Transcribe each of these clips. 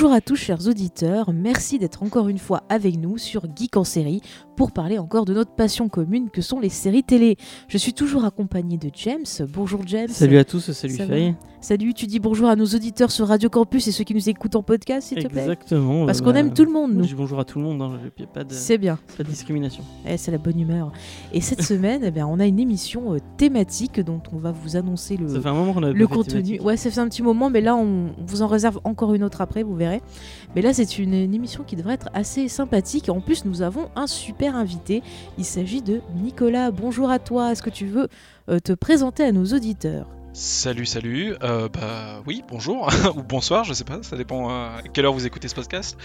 Bonjour à tous chers auditeurs, merci d'être encore une fois avec nous sur Geek en série pour parler encore de notre passion commune que sont les séries télé. Je suis toujours accompagnée de James. Bonjour James. Salut à tous, salut Faye. Salut, tu dis bonjour à nos auditeurs sur Radio Campus et ceux qui nous écoutent en podcast s'il te plaît. Exactement. Parce qu'on aime tout le monde nous. Je dis bonjour à tout le monde, hein. Il n'y a pas de... C'est bien. Pas de discrimination. C'est la bonne humeur. Et cette semaine, on a une émission thématique dont on va vous annoncer ça fait un moment qu'on a le contenu. Ouais, ça fait un petit moment, mais là on vous en réserve encore une autre après, vous verrez. Mais là c'est une émission qui devrait être assez sympathique. En plus nous avons un super invité. Il s'agit de Nicolas. Bonjour à toi. Est-ce que tu veux te présenter à nos auditeurs ? Salut. Oui, bonjour ou bonsoir, je sais pas, ça dépend à quelle heure vous écoutez ce podcast.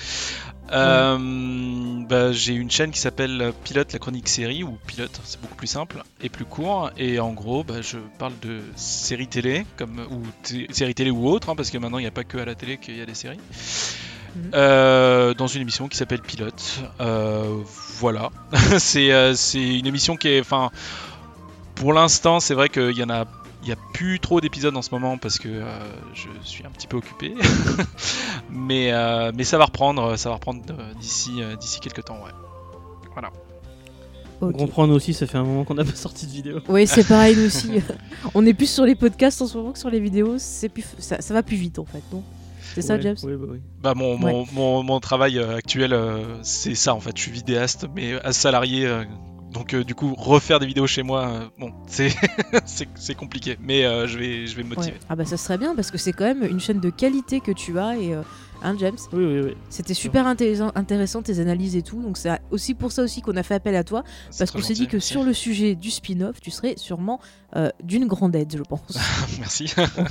J'ai une chaîne qui s'appelle Pilote la chronique série, ou Pilote, c'est beaucoup plus simple et plus court. Et en gros, je parle de séries télé, séries télé ou autres, parce que maintenant il n'y a pas que à la télé qu'il y a des séries. Dans une émission qui s'appelle Pilote. Voilà, c'est une émission qui est, pour l'instant, c'est vrai qu'il y en a. Il n'y a plus trop d'épisodes en ce moment parce que je suis un petit peu occupé. mais ça va reprendre d'ici quelques temps, ouais. Voilà. Okay. On comprend nous aussi, ça fait un moment qu'on n'a pas sorti de vidéo. Oui, c'est pareil nous aussi. On est plus sur les podcasts en ce moment que sur les vidéos. Ça va plus vite en fait, non ? C'est ça, James ? Oui. Mon travail actuel, c'est ça en fait. Je suis vidéaste, mais salarié. Donc du coup, refaire des vidéos chez moi, c'est compliqué, mais je vais me motiver. Ouais. Ah bah ça serait bien, parce que c'est quand même une chaîne de qualité que tu as, et hein James ? Oui. C'était super intéressant tes analyses et tout, donc c'est aussi pour ça aussi qu'on a fait appel à toi, parce qu'on s'est dit que sur le sujet du spin-off, tu serais sûrement d'une grande aide, je pense. Merci.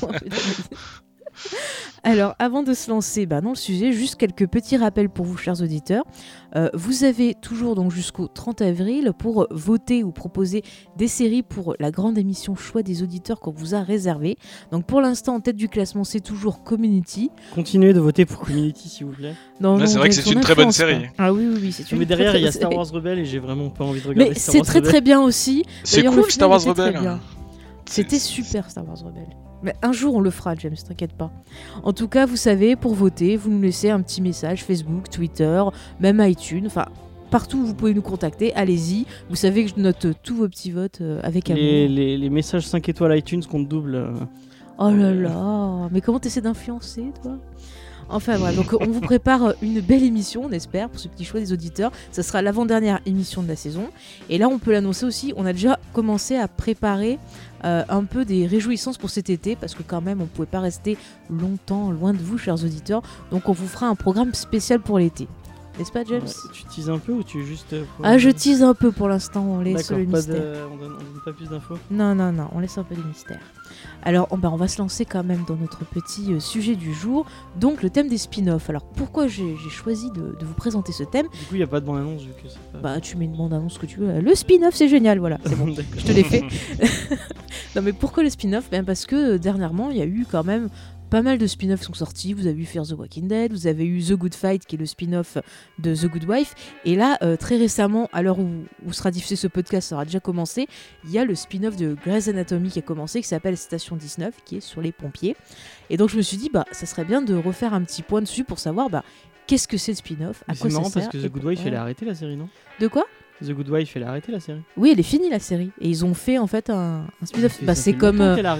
Alors, avant de se lancer dans le sujet, juste quelques petits rappels pour vous, chers auditeurs. Vous avez toujours donc jusqu'au 30 avril pour voter ou proposer des séries pour la grande émission choix des auditeurs qu'on vous a réservée. Donc, pour l'instant, en tête du classement, c'est toujours Community. Continuez de voter pour Community, s'il vous plaît. Non, c'est vrai que c'est une très bonne série. Ah oui, c'est une. Mais derrière, il y a Star Wars Rebelle et j'ai vraiment pas envie de regarder Mais Star Wars c'est très bien aussi. C'est cool, Star Wars Rebelle. C'était super, Star Wars Rebelle. Mais un jour on le fera, James, t'inquiète pas. En tout cas, vous savez, pour voter, vous nous laissez un petit message Facebook, Twitter, même iTunes, partout où vous pouvez nous contacter, allez-y. Vous savez que je note tous vos petits votes avec amour. Les messages 5 étoiles iTunes comptent double. Oh là là, mais comment t'essaies d'influencer, toi ? Enfin voilà, donc on vous prépare une belle émission, on espère, pour ce petit choix des auditeurs. Ça sera l'avant-dernière émission de la saison. Et là, on peut l'annoncer aussi, on a déjà commencé à préparer un peu des réjouissances pour cet été, parce que quand même, on ne pouvait pas rester longtemps loin de vous, chers auditeurs. Donc on vous fera un programme spécial pour l'été. N'est-ce pas, James ? Tu teases un peu ou tu juste... je tease un peu pour l'instant, on laisse le mystère. On donne pas plus d'infos ? Non, on laisse un peu de mystère. Alors, on va se lancer quand même dans notre petit sujet du jour, donc le thème des spin-offs. Alors, pourquoi j'ai choisi de vous présenter ce thème ? Du coup, il n'y a pas de bande-annonce vu que c'est pas... tu mets une bande-annonce que tu veux. Le spin-off, c'est génial, voilà, c'est bon, je te l'ai fait. Non, mais pourquoi le spin-off ? Parce que dernièrement, il y a eu quand même pas mal de spin-offs qui sont sortis. Vous avez eu Fear the Walking Dead, vous avez eu The Good Fight qui est le spin-off de The Good Wife, et là très récemment, à l'heure où sera diffusé ce podcast, ça aura déjà commencé, il y a le spin-off de Grey's Anatomy qui a commencé, qui s'appelle Station 19, qui est sur les pompiers. Et donc je me suis dit ça serait bien de refaire un petit point dessus pour savoir qu'est-ce que c'est le spin-off, à quoi ça sert. C'est marrant parce que The Good Wife elle a arrêté la série, non ? De quoi ? The Good Wife, elle a arrêté la série. Oui, elle est finie la série. Et ils ont fait en fait un spin-off. C'est comme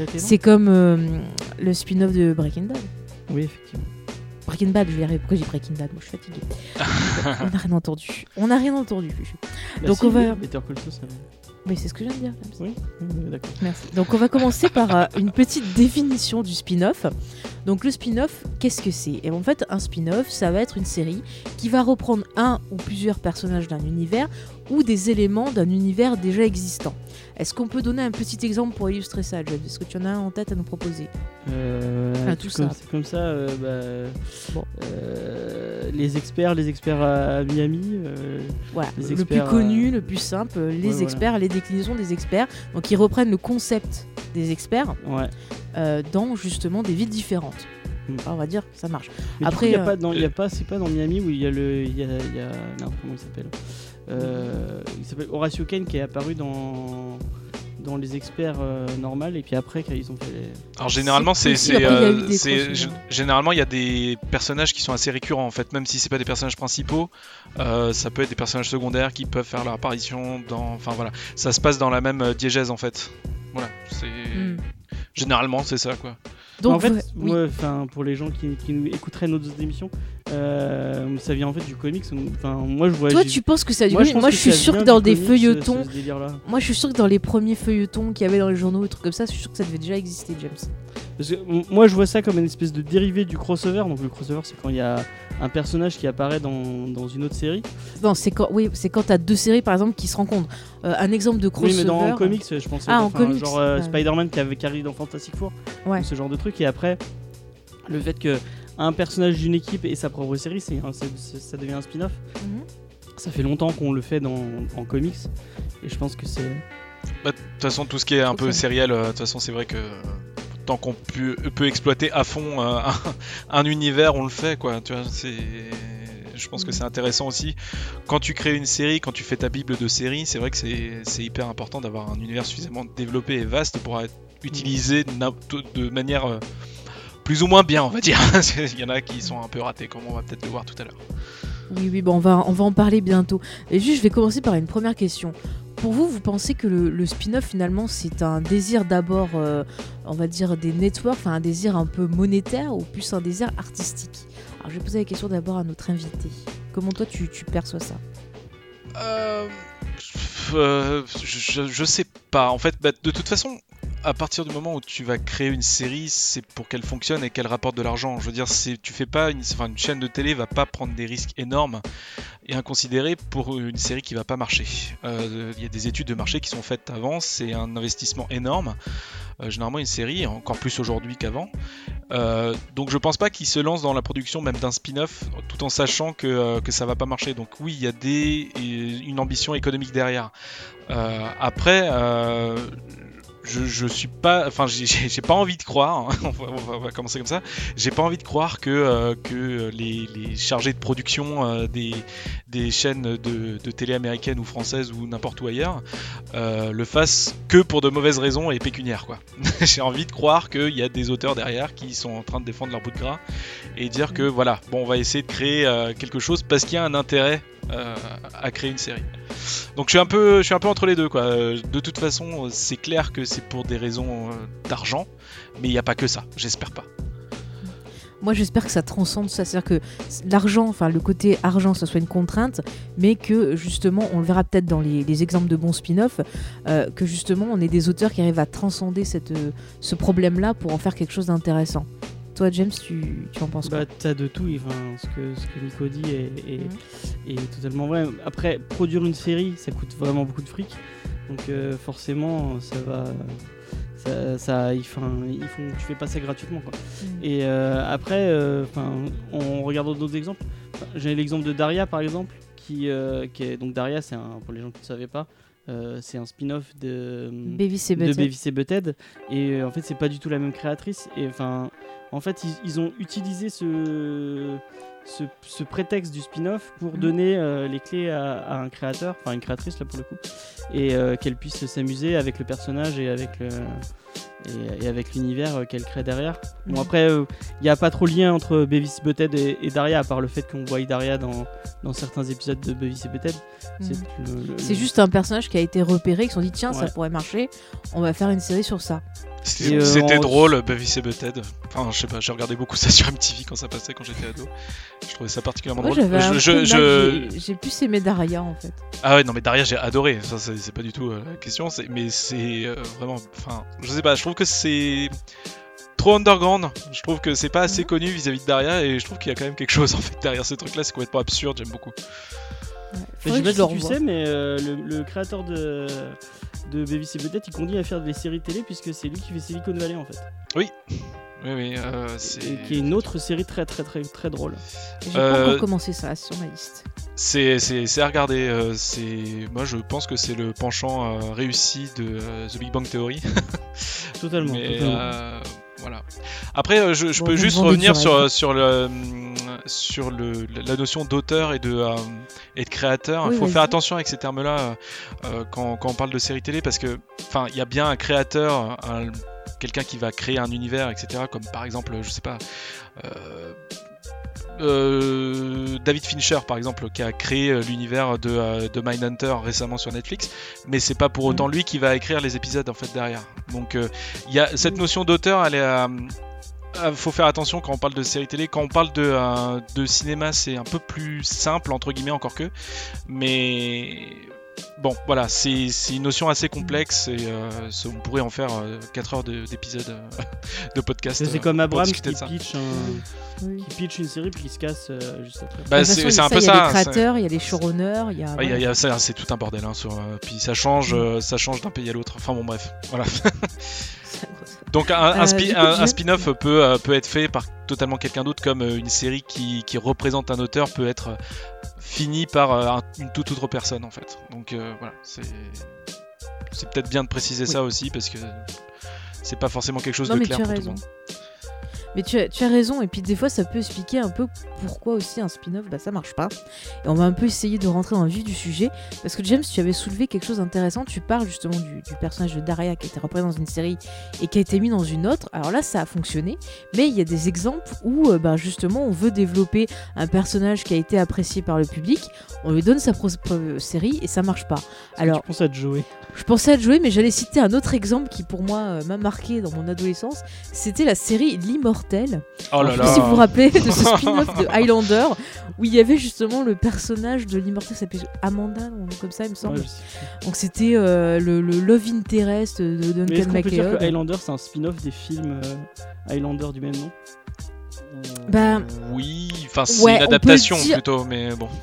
le spin-off de Breaking Bad. Oui, effectivement. Breaking Bad, je vais y arriver. Pourquoi j'ai Breaking Bad ? Moi, je suis fatiguée. On n'a rien entendu. Donc on va. Better Call Saul, Mais c'est ce que je viens de dire. Oui, d'accord. Merci. Donc on va commencer par une petite définition du spin-off. Donc le spin-off, qu'est-ce que c'est ? Et en fait, un spin-off, ça va être une série qui va reprendre un ou plusieurs personnages d'un univers ou des éléments d'un univers déjà existant. Est-ce qu'on peut donner un petit exemple pour illustrer ça, John ? Est-ce que tu en as un en tête à nous proposer ? Tout ça. C'est comme ça. Les experts à Miami. Voilà, les le plus connu, le plus simple, les experts, les déclinaisons des experts. Donc ils reprennent le concept des experts dans justement des villes différentes. On va dire que ça marche. Mais après, c'est pas dans Miami où il y a non, comment il s'appelle Horatio Kane qui est apparu dans dans les experts normales, et puis après quand ils ont fait les... Alors généralement généralement il y a des personnages qui sont assez récurrents en fait, même si c'est pas des personnages principaux, ça peut être des personnages secondaires qui peuvent faire leur apparition dans, enfin voilà, ça se passe dans la même diégèse en fait. Voilà, c'est généralement c'est ça quoi. Donc en fait, pour les gens qui nous écouteraient nos autres émissions, ça vient en fait du comics. Enfin, moi je vois. Toi, tu penses que ça vient du... Moi, je suis sûr que dans des feuilletons, moi, je suis sûr que dans les premiers feuilletons qu'il y avait dans les journaux, et trucs comme ça, je suis sûr que ça devait déjà exister, James. Parce que moi, je vois ça comme une espèce de dérivé du crossover. Donc le crossover, c'est quand il y a un personnage qui apparaît dans une autre série. Non, c'est quand t'as deux séries par exemple qui se rencontrent. Un exemple de crossover. Oui, mais dans comics, je pense. En comics, genre Spider-Man qui arrive dans Fantastic Four, ce genre de truc. Et après, le fait que un personnage d'une équipe ait sa propre série, ça devient un spin-off. Ça fait longtemps qu'on le fait en comics, et je pense que c'est. De toute façon, tout ce qui est un peu sériel, de toute façon, c'est vrai que tant qu'on peut exploiter à fond un univers, on le fait, quoi. Tu vois, je pense que c'est intéressant aussi. Quand tu crées une série, quand tu fais ta bible de série, c'est vrai que c'est hyper important d'avoir un univers suffisamment développé et vaste pour être utilisé de manière plus ou moins bien, on va dire. Il y en a qui sont un peu ratés, comme on va peut-être le voir tout à l'heure. Oui, bon, on va en parler bientôt. Et juste, je vais commencer par une première question. Pour vous, vous pensez que le spin-off, finalement, c'est un désir d'abord, on va dire, des networks, enfin un désir un peu monétaire, ou plus un désir artistique? Alors, je vais poser la question d'abord à notre invité. Comment toi, tu perçois ça? Je sais pas. En fait, de toute façon, à partir du moment où tu vas créer une série, c'est pour qu'elle fonctionne et qu'elle rapporte de l'argent. Je veux dire, tu fais pas une chaîne de télé va pas prendre des risques énormes et inconsidérés pour une série qui va pas marcher. Il y a des études de marché qui sont faites avant, c'est un investissement énorme. Généralement une série, encore plus aujourd'hui qu'avant. Donc je pense pas qu'ils se lancent dans la production même d'un spin-off tout en sachant que ça va pas marcher. Donc oui, il y a une ambition économique derrière. Après, je suis pas, enfin j'ai pas envie de croire, hein, on va commencer comme ça, j'ai pas envie de croire que les chargés de production des chaînes de télé américaines ou françaises ou n'importe où ailleurs le fassent que pour de mauvaises raisons et pécuniaires, quoi. J'ai envie de croire qu'il y a des auteurs derrière qui sont en train de défendre leur bout de gras et dire que voilà, bon, on va essayer de créer quelque chose parce qu'il y a un intérêt à créer une série. Donc je suis un peu entre les deux, quoi. De toute façon, c'est clair que c'est pour des raisons d'argent, mais il n'y a pas que ça, j'espère pas. Moi j'espère que ça transcende ça, c'est-à-dire que l'argent, enfin le côté argent, ça soit une contrainte, mais que justement, on le verra peut-être dans les exemples de bons spin-off, que justement on ait des auteurs qui arrivent à transcender ce problème-là pour en faire quelque chose d'intéressant. Toi, James, tu en penses quoi? T'as de tout, enfin, ce que Nico dit est totalement vrai. Après, produire une série, ça coûte vraiment beaucoup de fric, donc forcément, ça va... tu fais pas ça gratuitement, quoi. Et après, en regardant d'autres exemples, j'ai l'exemple de Daria par exemple, qui est donc Daria, pour les gens qui ne savaient pas, c'est un spin-off de Beavis et Butthead, et en fait c'est pas du tout la même créatrice, et enfin en fait ils ont utilisé ce prétexte du spin-off pour donner les clés à un créateur, enfin une créatrice là pour le coup, et qu'elle puisse s'amuser avec le personnage et avec l'univers qu'elle crée derrière. Bon, après il n'y a pas trop de lien entre Beavis et Butthead et Daria, à part le fait qu'on voit Daria dans certains épisodes de Beavis et Butthead. C'est juste un personnage qui a été repéré, qui se sont dit tiens, ça pourrait marcher, on va faire une série sur ça. C'était drôle, Beavis et Butthead. Enfin, je sais pas, j'ai regardé beaucoup ça sur MTV quand ça passait, quand j'étais ado. Je trouvais ça particulièrement drôle. J'ai plus aimé Daria en fait. Ah ouais, non mais Daria j'ai adoré. Ça c'est pas du tout la question. Mais c'est vraiment, enfin, je sais pas. Je trouve que c'est trop underground. Je trouve que c'est pas assez connu vis-à-vis de Daria, et je trouve qu'il y a quand même quelque chose en fait derrière ce truc-là. C'est complètement absurde. J'aime beaucoup. Je sais pas si tu sais, mais le créateur de Beavis et Butthead, il continue à faire des séries télé, puisque c'est lui qui fait Silicon Valley en fait. Oui. Qui est une autre série très très très très drôle. J'ai pas encore commencé ça sur ma liste. C'est à regarder. Moi je pense que c'est le penchant réussi de The Big Bang Theory. Totalement. Voilà. Après, je peux juste revenir sur la notion d'auteur et de créateur. Il faut faire attention avec ces termes-là quand on parle de séries télé, parce que il y a bien un créateur, quelqu'un qui va créer un univers, etc. Comme par exemple, je sais pas, David Fincher par exemple, qui a créé l'univers de Mindhunter récemment sur Netflix, mais c'est pas pour autant lui qui va écrire les épisodes en fait derrière. Donc il y a cette notion d'auteur, elle est faut faire attention quand on parle de séries télé. Quand on parle de cinéma, c'est un peu plus simple entre guillemets, encore que, mais bon, voilà, c'est une notion assez complexe et on pourrait en faire 4 heures d'épisodes de podcast. C'est comme Abrams qui pitch une série puis qui se casse juste après. Bah, c'est un peu ça. Il y a les créateurs, il y a les showrunners, il y a... y a ça, c'est tout un bordel. Hein, puis ça change d'un pays à l'autre. Enfin bon, bref, voilà. Donc un spin-off peut être fait par totalement quelqu'un d'autre, comme une série qui représente un auteur peut être finie par une toute autre personne en fait. Donc voilà, c'est peut-être bien de préciser ça aussi, parce que c'est pas forcément quelque chose de clair pour tout le monde. Mais tu as raison, et puis des fois ça peut expliquer un peu pourquoi aussi un spin-off ça marche pas. Et on va un peu essayer de rentrer dans le vif du sujet, parce que James, tu avais soulevé quelque chose d'intéressant. Tu parles justement du personnage de Daria qui a été représenté dans une série et qui a été mis dans une autre. Alors là ça a fonctionné, mais il y a des exemples où justement on veut développer un personnage qui a été apprécié par le public, on lui donne sa propre série et ça marche pas. Alors tu penses à Joey? Je pensais à Joey, mais j'allais citer un autre exemple qui pour moi m'a marqué dans mon adolescence. C'était la série L'Immortel. Oh là là. Je sais pas si vous vous rappelez de ce spin-off de Highlander, où il y avait justement le personnage de l'Immortel qui s'appelait Amanda, ou comme ça il me semble. Donc c'était le love interest de Duncan MacLeod. Mais est-ce qu'on peut dire que Highlander c'est un spin-off des films Highlander du même nom? Oui, c'est une adaptation plutôt, mais bon.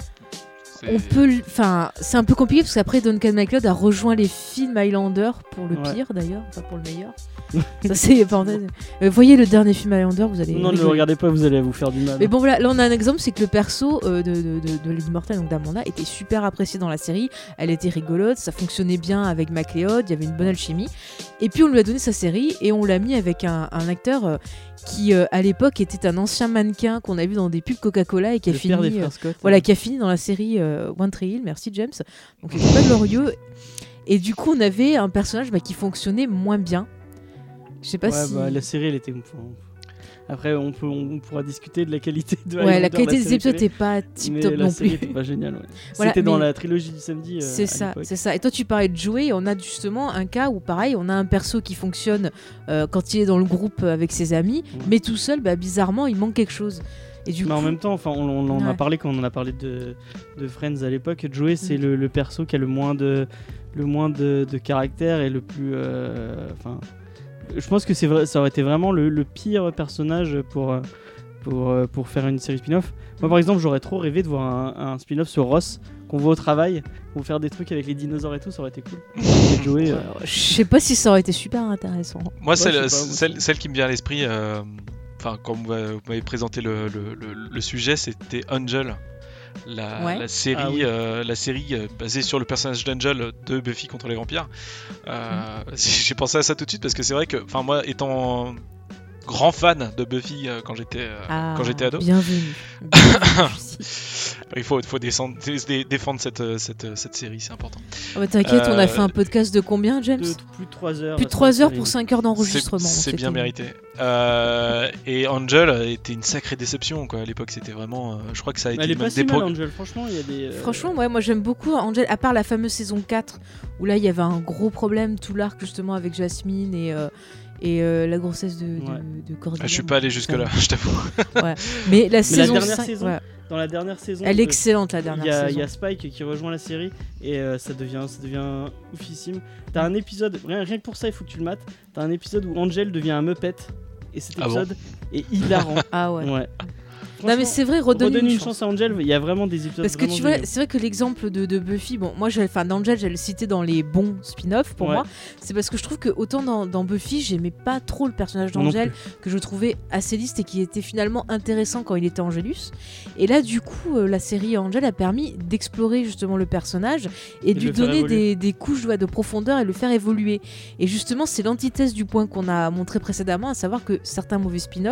C'est un peu compliqué parce qu'après Duncan MacLeod a rejoint les films Highlander pour le pire d'ailleurs, enfin pour le meilleur. Ça c'est parenthèse. Voyez le dernier film Highlander, vous allez. Non, ne le regardez pas, vous allez vous faire du mal. Mais bon voilà, là on a un exemple, c'est que le perso de l'Immortel, donc d'Amanda, était super apprécié dans la série. Elle était rigolote, ça fonctionnait bien avec MacLeod, il y avait une bonne alchimie. Et puis on lui a donné sa série et on l'a mis avec un acteur qui à l'époque était un ancien mannequin qu'on a vu dans des pubs Coca-Cola et qui a fini dans la série One Tree Hill. Merci James. Donc c'était pas glorieux. Et du coup on avait un personnage qui fonctionnait moins bien. Je sais pas si la série elle était après on pourra discuter de la qualité de la qualité des épisodes n'était pas tip top non plus. La série était pas géniale. Voilà, c'était dans la trilogie du samedi. C'est ça. Et toi tu parlais de Joey, on a justement un cas où pareil, on a un perso qui fonctionne quand il est dans le groupe avec ses amis, mais tout seul bizarrement il manque quelque chose. Mais en même temps, on en a parlé quand on en a parlé de Friends à l'époque. Joey, c'est le perso qui a le moins de caractère et le plus. Je pense que ça aurait été vraiment le pire personnage pour faire une série spin-off. Moi, par exemple, j'aurais trop rêvé de voir un spin-off sur Ross qu'on voit au travail, pour faire des trucs avec les dinosaures et tout, ça aurait été cool. Et Joey, je sais pas si ça aurait été super intéressant. Moi, celle qui me vient à l'esprit. Quand vous m'avez présenté le sujet, c'était Angel, la série, la série basée sur le personnage d'Angel de Buffy contre les vampires. J'ai pensé à ça tout de suite parce que c'est vrai que, moi, étant grand fan de Buffy quand j'étais ado. Bienvenue. Il faut défendre cette série, c'est important. T'inquiète, on a fait un podcast de combien, James? Plus de 3 heures. Plus de 3 heures pour 5 heures d'enregistrement. C'est bien mérité. Et Angel était une sacrée déception à l'époque, c'était vraiment. Je crois que ça a été. Elle est pas si mal, Angel, franchement, il y a des. Franchement, moi j'aime beaucoup Angel, à part la fameuse saison 4 où là il y avait un gros problème, tout l'arc justement avec Jasmine et la grossesse de Cordelia. Je suis pas allé jusque là, je t'avoue. Mais la saison 5, dans la dernière saison, elle est excellente la dernière saison. Il y a Spike qui rejoint la série et ça devient oufissime. T'as un épisode, rien que pour ça il faut que tu le mates. T'as un épisode où Angel devient un Muppet et cet épisode est hilarant. Ah ouais. Non mais c'est vrai, redonne une chance à Angel, il y a vraiment des épisodes. Parce que tu vois, c'est vrai que l'exemple de Buffy, moi d'Angel, j'allais le citer dans les bons spin-offs pour moi. C'est parce que je trouve que autant dans Buffy, j'aimais pas trop le personnage d'Angel, que je trouvais assez lisse et qui était finalement intéressant quand il était Angelus. Et là du coup, la série Angel a permis d'explorer justement le personnage et de lui donner des couches de profondeur et le faire évoluer. Et justement, c'est l'antithèse du point qu'on a montré précédemment, à savoir que certains mauvais spin-offs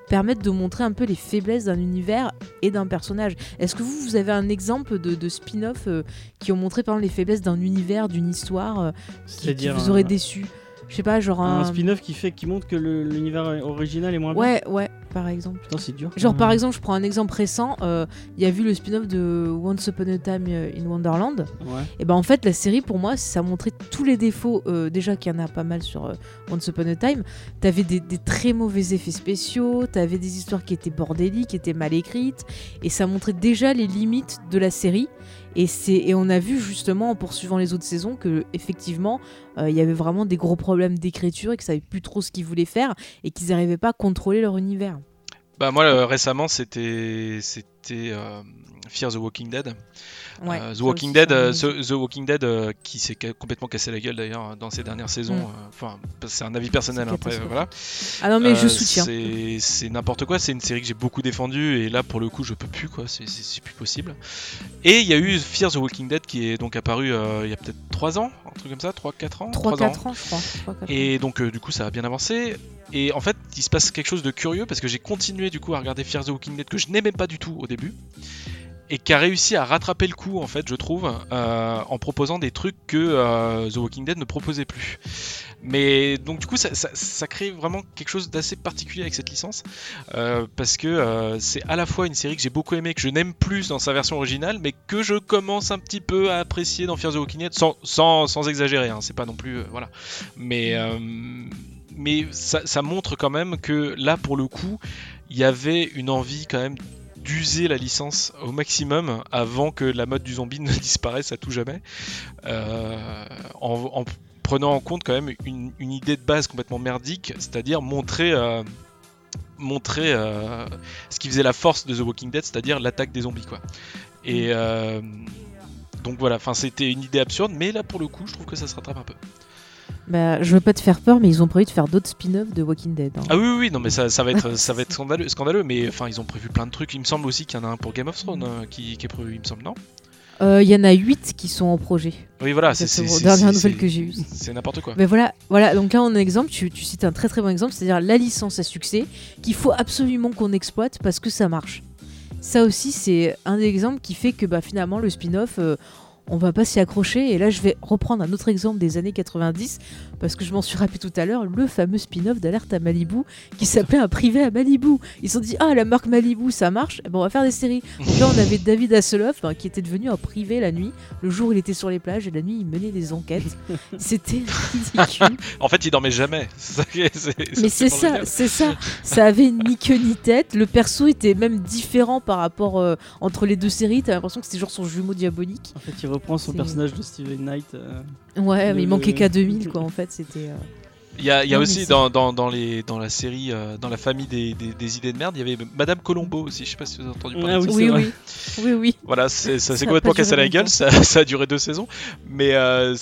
permettent de montrer un peu les faiblesses d'un univers et d'un personnage. Est-ce que vous avez un exemple de spin-off qui ont montré par exemple les faiblesses d'un univers, d'une histoire qui vous aurait déçu? Je sais pas, genre un spin-off qui montre que l'univers original est moins bien. Ouais, par exemple. Putain, c'est dur. Genre par exemple, je prends un exemple récent, il y a vu le spin-off de Once Upon a Time in Wonderland. Ouais. Et ben en fait, la série pour moi, ça montrait tous les défauts, déjà qu'il y en a pas mal sur Once Upon a Time. T'avais des très mauvais effets spéciaux, t'avais des histoires qui étaient bordéliques, qui étaient mal écrites, et ça montrait déjà les limites de la série. Et on a vu justement en poursuivant les autres saisons que effectivement il y avait vraiment des gros problèmes d'écriture et qu'ils savaient plus trop ce qu'ils voulaient faire et qu'ils n'arrivaient pas à contrôler leur univers. Bah moi récemment c'était Fear the Walking Dead. Ouais, The Walking Dead qui s'est complètement cassé la gueule d'ailleurs dans ces dernières saisons. Enfin, c'est un avis personnel après, voilà. Ah non mais je soutiens. C'est n'importe quoi. C'est une série que j'ai beaucoup défendue et là pour le coup je peux plus quoi. C'est plus possible. Et il y a eu Fear the Walking Dead qui est donc apparu il y a peut-être 3 ans, un truc comme ça, 3-4 ans. 3-4 ans je crois. Et donc du coup ça a bien avancé. Et en fait il se passe quelque chose de curieux parce que j'ai continué du coup à regarder Fear the Walking Dead que je n'aimais pas du tout au début. Et qui a réussi à rattraper le coup en fait je trouve en proposant des trucs que The Walking Dead ne proposait plus. Mais donc du coup ça crée vraiment quelque chose d'assez particulier avec cette licence parce que c'est à la fois une série que j'ai beaucoup aimée, que je n'aime plus dans sa version originale, mais que je commence un petit peu à apprécier dans Fear the Walking Dead sans exagérer, hein, c'est pas non plus voilà. Mais ça montre quand même que là pour le coup il y avait une envie quand même d'user la licence au maximum avant que la mode du zombie ne disparaisse à tout jamais, en prenant en compte quand même une idée de base complètement merdique, c'est-à-dire montrer ce qui faisait la force de The Walking Dead, c'est-à-dire l'attaque des zombies quoi. Et donc voilà, enfin c'était une idée absurde, mais là pour le coup je trouve que ça se rattrape un peu. Bah, je veux pas te faire peur, mais ils ont prévu de faire d'autres spin-offs de Walking Dead. Hein. Ah oui, non mais ça va être scandaleux, mais enfin ils ont prévu plein de trucs. Il me semble aussi qu'il y en a un pour Game of Thrones qui est prévu, il me semble, non ? Il y en a 8 qui sont en projet. Oui voilà, c'est la dernière nouvelle que j'ai eue. C'est n'importe quoi. Mais voilà, donc là on a un exemple, tu cites un très très bon exemple, c'est-à-dire la licence à succès qu'il faut absolument qu'on exploite parce que ça marche. Ça aussi c'est un des exemples qui fait que finalement le spin-off... on va pas s'y accrocher, et là je vais reprendre un autre exemple des années 90 parce que je m'en suis rappelé tout à l'heure, le fameux spin-off d'Alerte à Malibu qui s'appelait Un privé à Malibu. Ils se sont dit la marque Malibu ça marche, on va faire des séries. Donc là on avait David Hasselhoff qui était devenu un privé la nuit, le jour il était sur les plages et la nuit il menait des enquêtes. C'était ridicule. En fait il dormait jamais. Mais c'est ça, ça avait ni queue ni tête, le perso était même différent par rapport entre les deux séries, t'as l'impression que c'était genre son jumeau diabolique. En fait il reprend son personnage de Steven Knight. Ouais, mais il manquait K2000 quoi en fait, c'était... Il y a aussi dans la série, dans la famille des idées de merde, il y avait Madame Colombo aussi, je sais pas si vous avez entendu parler de ça. Oui. Voilà, ça s'est complètement cassé la gueule, ça a duré 2 saisons, mais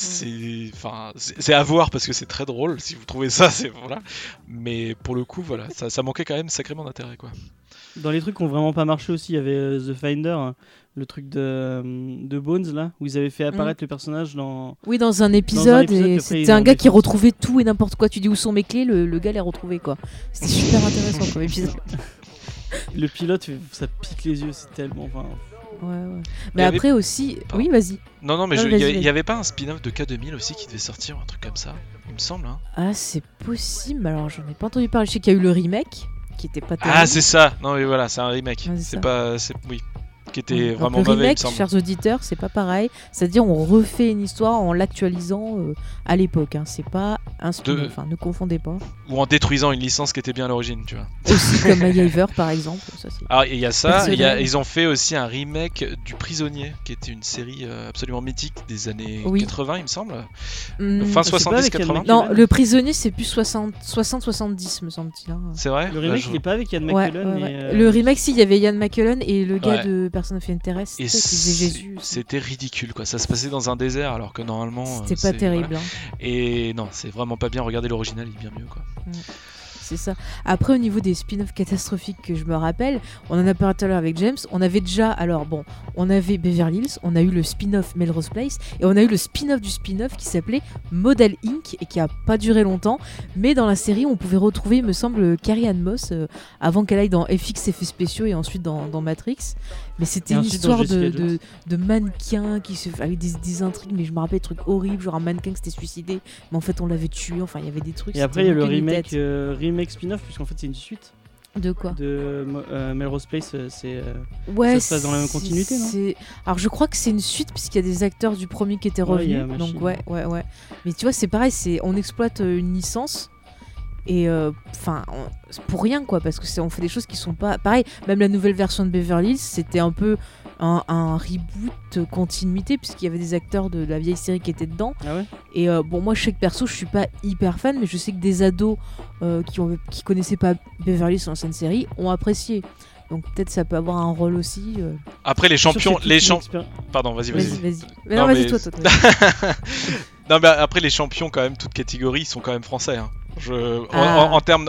c'est à voir parce que c'est très drôle, si vous trouvez ça, voilà. Mais pour le coup, voilà, ça manquait quand même sacrément d'intérêt quoi. Dans les trucs qui ont vraiment pas marché aussi, il y avait The Finder, le truc de Bones là, où ils avaient fait apparaître le personnage dans un épisode et c'était un gars qui retrouvait tout et n'importe quoi. Tu dis où sont mes clés, le gars les retrouvait quoi. C'était super intéressant comme épisode. Le pilote, ça pique les yeux, c'est tellement... Ouais. Mais après aussi... Oui, vas-y. Non, mais il y avait pas un spin-off de K2000 aussi qui devait sortir, un truc comme ça, il me semble. Hein. Ah, c'est possible. Alors, j'en ai pas entendu parler. Je sais qu'il y a eu le remake, qui était pas terrible. Ah, c'est ça. Non, mais voilà, c'est un remake. Oui. Qui était vraiment mauvais. Le remake, chers auditeurs, c'est pas pareil. C'est-à-dire, on refait une histoire en l'actualisant à l'époque. Hein. C'est pas un spin-off, ne confondez pas. Ou en détruisant une licence qui était bien à l'origine, tu vois. Aussi comme MacGyver, par exemple. Alors, il y a ça. Ils ont fait aussi un remake du Prisonnier, qui était une série absolument mythique des années 80, il me semble. Fin 70-80. Non, le Prisonnier, c'est plus 60-70, me semble-t-il. Hein. C'est vrai. Le remake, il est pas avec Ian McKellen. Le remake, si, il y avait Ian McKellen et le gars de Person of Interest qui faisait Jésus. C'était ridicule, quoi. Ça se passait dans un désert, alors que normalement. C'était pas terrible. Voilà. Et non, c'est vraiment pas bien. Regardez l'original, il est bien mieux, quoi. C'est ça. Après, au niveau des spin-offs catastrophiques que je me rappelle, on en a parlé tout à l'heure avec James, on avait déjà, on avait Beverly Hills, on a eu le spin-off Melrose Place, et on a eu le spin-off du spin-off qui s'appelait Model Inc. Et qui a pas duré longtemps, mais dans la série, on pouvait retrouver, il me semble, Carrie-Anne Moss, avant qu'elle aille dans FX Effets Spéciaux et ensuite dans Matrix. Mais c'était une histoire de mannequin avec des intrigues, mais je me rappelle des trucs horribles, genre un mannequin qui s'était suicidé, mais en fait on l'avait tué, enfin il y avait des trucs. Et après il y a le remake spin-off, puisqu'en fait c'est une suite. De quoi? De Melrose Place, ça se passe dans la même continuité, non? Alors je crois que c'est une suite, puisqu'il y a des acteurs du premier qui étaient revenus, donc ouais. Mais tu vois, c'est pareil, on exploite une licence. Et pour rien quoi, parce que on fait des choses qui sont pas pareil. Même la nouvelle version de Beverly Hills, c'était un peu un reboot continuité, puisqu'il y avait des acteurs de la vieille série qui étaient dedans. Ah ouais. Et moi je sais que perso je suis pas hyper fan, mais je sais que des ados qui connaissaient pas Beverly Hills, l'ancienne série, ont apprécié. Donc peut-être ça peut avoir un rôle aussi. Après les champions, pardon, vas-y. Non, vas-y toi. Non mais après les champions quand même, toutes catégories, ils sont quand même français. Hein. En termes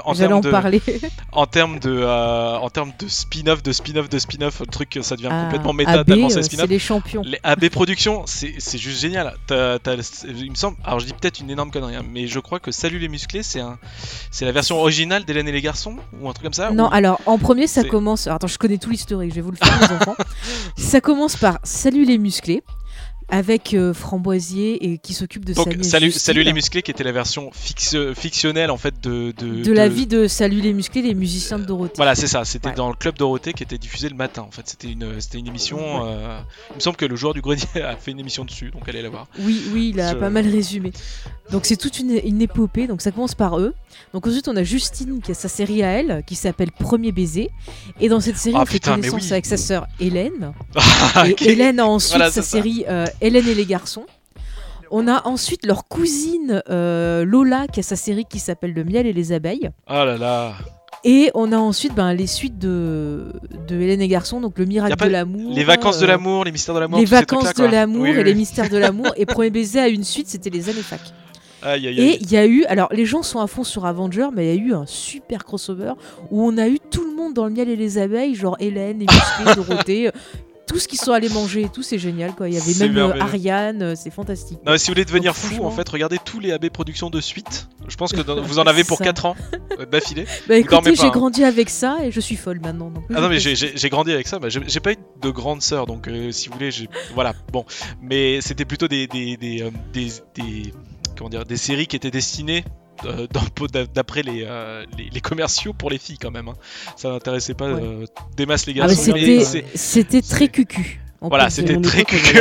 de spin-off, le truc ça devient complètement méta tellement c'est spin-off. C'est les champions. Les AB Productions, c'est juste génial. Il me semble, alors je dis peut-être une énorme connerie, hein, mais je crois que Salut les musclés, c'est la version originale d'Hélène et les garçons ou un truc comme ça. Non, alors en premier ça commence. Alors, attends, je connais tout l'historique, je vais vous le faire les enfants. Ça commence par Salut les musclés. Avec Framboisier et qui s'occupe de Salut les musclés, qui était la version fictionnelle en fait de la vie de Salut les musclés, les musiciens de Dorothée. Voilà, c'est ça, c'était dans le club Dorothée qui était diffusé le matin en fait, c'était une émission il me semble que le joueur du grenier a fait une émission dessus, donc allez la voir. Oui, il a pas mal résumé. Donc c'est toute une épopée, donc ça commence par eux. Donc ensuite on a Justine qui a sa série à elle qui s'appelle Premier baiser, et dans cette série on fait connaissance avec sa sœur Hélène. Et Hélène a ensuite sa série Hélène et les garçons. On a ensuite leur cousine Lola qui a sa série qui s'appelle Le miel et les abeilles. Oh là là. Et on a ensuite les suites de Hélène et Garçons, donc le miracle de l'amour, les vacances de l'amour, les mystères de l'amour, les vacances de l'amour et les mystères de l'amour. Et Premier baiser a une suite, c'était les années fac. Aïe. Et il y a eu, alors les gens sont à fond sur Avenger, mais il y a eu un super crossover où on a eu tout le monde dans le miel et les abeilles, genre Hélène, les musclés, Dorothée. Tout ce qu'ils sont allés manger et tout, c'est génial quoi. Il y avait même Ariane, c'est fantastique. Non, si vous voulez devenir fou, en fait, regardez tous les AB Productions de suite. Je pense que vous en avez pour 4 ans d'affilée. Bah écoutez, j'ai grandi avec ça et je suis folle maintenant. Donc non, mais j'ai grandi avec ça. Bah, j'ai pas eu de grande sœur, donc si vous voulez, voilà. Bon, mais c'était plutôt des séries qui étaient destinées d'après les commerciaux pour les filles quand même, hein. Ça n'intéressait pas des masses les garçons. C'était très cucu. Voilà, c'était très cucu.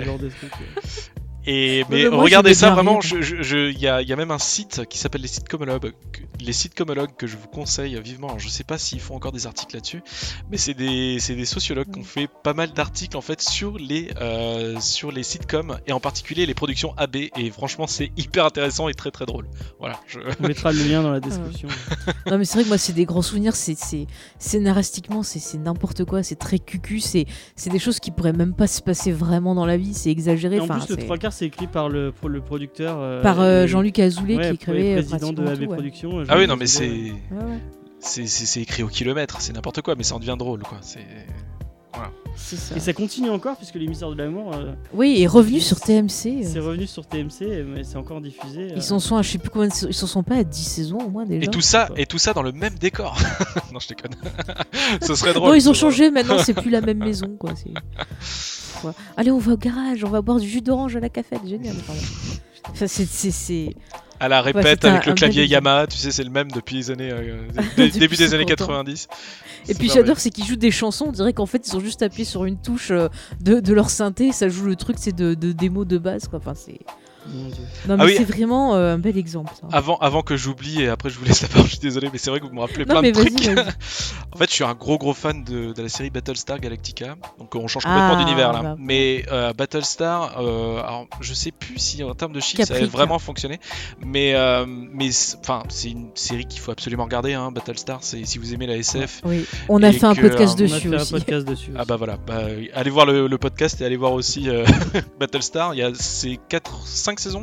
Mais regardez ça vraiment, il y a même un site qui s'appelle les sitcomologues que je vous conseille vivement. Alors, je sais pas s'ils font encore des articles là-dessus, mais c'est des sociologues qui ont fait pas mal d'articles en fait sur les sitcoms et en particulier les productions AB, et franchement c'est hyper intéressant et très très drôle. Voilà, on mettra le lien dans la description. Non mais c'est vrai que moi c'est des grands souvenirs, c'est scénaristiquement c'est n'importe quoi, c'est très cucu, c'est des choses qui pourraient même pas se passer vraiment dans la vie, c'est exagéré. Et en plus le 3/4 c'est écrit par le producteur par Jean-Luc Azoulay qui écrivait président de AB Productions. Ah oui, non mais c'est écrit au kilomètre, c'est n'importe quoi, mais ça en devient drôle quoi. Voilà. Ça. Et ça continue encore puisque les mystères de l'amour est revenu sur TMC. C'est revenu sur TMC, mais c'est encore diffusé. Ils s'en sont à, je sais plus combien, ils s'en sont pas à 10 saisons au moins déjà. Et tout ça dans le même décor. Non, je déconne. Ce serait drôle. Non, ils ont changé, maintenant c'est plus la même maison quoi. Allez, on va au garage, on va boire du jus d'orange à la cafette, génial. Enfin, c'est à la répète avec le clavier Yamaha, tu sais, c'est le même depuis les années début des années 90. Et puis j'adore, c'est qu'ils jouent des chansons, on dirait qu'en fait ils ont juste appuyé sur une touche de leur synthé, ça joue le truc, c'est de démo de base quoi. Enfin c'est Non mais c'est vraiment un bel exemple ça. Avant que j'oublie et après je vous laisse la parole, je suis désolé mais c'est vrai que vous me rappelez plein de trucs. En fait je suis un gros fan de la série Battlestar Galactica, donc on change complètement d'univers là. Mais Battlestar, alors je sais plus si en termes de chiffres ça a vraiment fonctionné, mais enfin c'est une série qu'il faut absolument regarder, hein, Battlestar, c'est si vous aimez la SF. Oui. On a fait un podcast dessus aussi. Ah bah voilà, allez voir le podcast et allez voir aussi Battlestar, il y a ces 5 saisons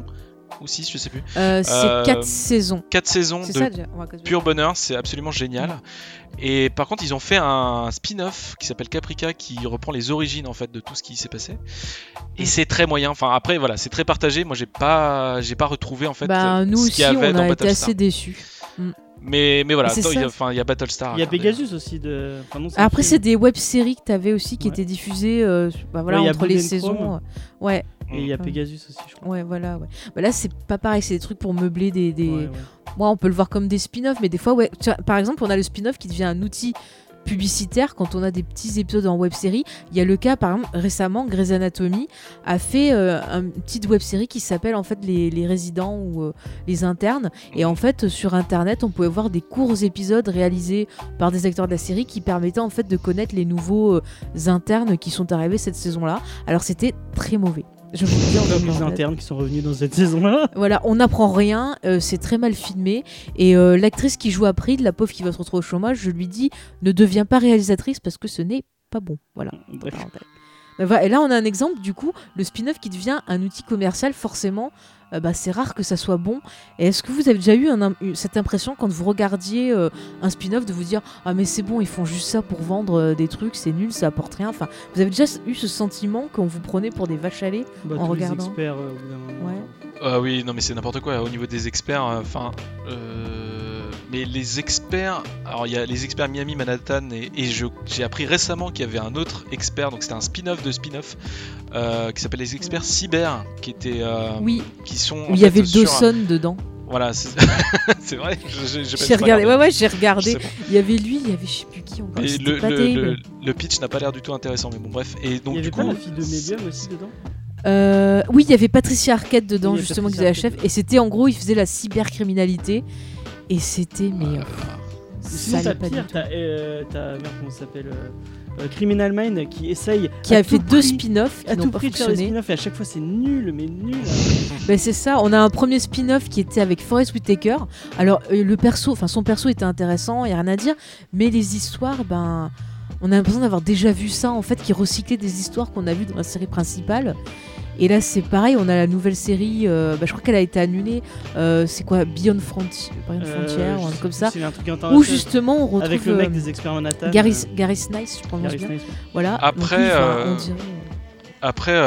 ou 6, je sais plus. C'est 4 saisons. 4 saisons C'est de ça déjà. On va pur bonheur, c'est absolument génial. Et par contre, ils ont fait un spin-off qui s'appelle Caprica qui reprend les origines en fait de tout ce qui s'est passé. Et c'est très moyen. Enfin après voilà, c'est très partagé. Moi j'ai pas retrouvé en fait nous ce aussi qu'il y avait on dans a été Battlestar. assez déçus. Mais voilà, C'est il y a Battlestar. Il y a Pegasus aussi de. Enfin, non, Après le c'est des web-séries que t'avais aussi qui Ouais. étaient diffusées Ouais, il y a entre les Blood and saisons. Chrome. Ouais. Et il y a Pegasus aussi, je crois. Ouais, voilà. Ouais. Bah là, c'est pas pareil, c'est des trucs pour meubler des. Ouais. Moi, on peut le voir comme des spin-offs, mais des fois, ouais. Tu vois, par exemple, on a le spin-off qui devient un outil publicitaire quand on a des petits épisodes en web-série. Il y a le cas, par exemple, récemment, Grey's Anatomy a fait une petite web-série qui s'appelle en fait les résidents ou les internes. Et en fait, sur Internet, on pouvait voir des courts épisodes réalisés par des acteurs de la série qui permettaient en fait de connaître les nouveaux internes qui sont arrivés cette saison-là. Alors, c'était très mauvais. Je vous le dis en Comme tant les que- internes qui sont revenus dans cette saison-là. Voilà, on n'apprend rien, c'est très mal filmé. Et l'actrice qui joue April, la pauvre qui va se retrouver au chômage, je lui dis ne deviens pas réalisatrice parce que ce n'est pas bon. Voilà. Bref. Et là, on a un exemple, du coup, le spin-off qui devient un outil commercial, forcément, c'est rare que ça soit bon. Et est-ce que vous avez déjà eu cette impression quand vous regardiez un spin-off de vous dire ah mais c'est bon, ils font juste ça pour vendre des trucs, c'est nul, ça apporte rien. Enfin, vous avez déjà eu ce sentiment qu'on vous prenait pour des vaches à lait Bah, en tous les regardant experts, au bout d'un moment. Ouais. Oui, non mais c'est n'importe quoi au niveau des experts. Mais les experts, alors il y a les experts Miami, Manhattan et j'ai appris récemment qu'il y avait un autre expert, donc c'était un spin-off de spin-off qui s'appelle les experts cyber, qui étaient, Oui. qui sont. Où il y avait le Dawson dedans. Voilà, c'est c'est vrai. J'ai regardé. Ouais, j'ai regardé. Je sais pas. Il y avait lui, il y avait je sais plus qui encore. Et C'était pas terrible. le pitch n'a pas l'air du tout intéressant, mais bon bref. Et donc Il y du avait coup, pas la fille de Medium aussi dedans. Oui, il y avait Patricia Arquette dedans, Oui, il y a justement, qui Patricia faisait la chef. Arquette. Et c'était en gros, il faisait la cybercriminalité. Et c'était, mais. Sinon, ça t'as allait pas du pire, tout. t'as merde, comment ça s'appelle Criminal Mind qui essaye. Qui à a fait tout deux prix- spin-offs qui à n'ont tout pas prix de faire des fonctionné. spin-offs et à chaque fois c'est nul, mais nul. Ben c'est ça, on a un premier spin-off qui était avec Forest Whitaker. Alors son perso était intéressant, il n'y a rien à dire, mais les histoires, on a l'impression d'avoir déjà vu ça en fait, qui recyclait des histoires qu'on a vues dans la série principale. Et là c'est pareil, on a la nouvelle série, je crois qu'elle a été annulée, c'est quoi, Beyond Frontier ou un truc comme ça, C'est un truc où international. justement on retrouve Avec le mec des experts Manhattan. Gary Snice, je prononce Gary bien. Snice. Voilà. Après, Donc, on dirait... Après,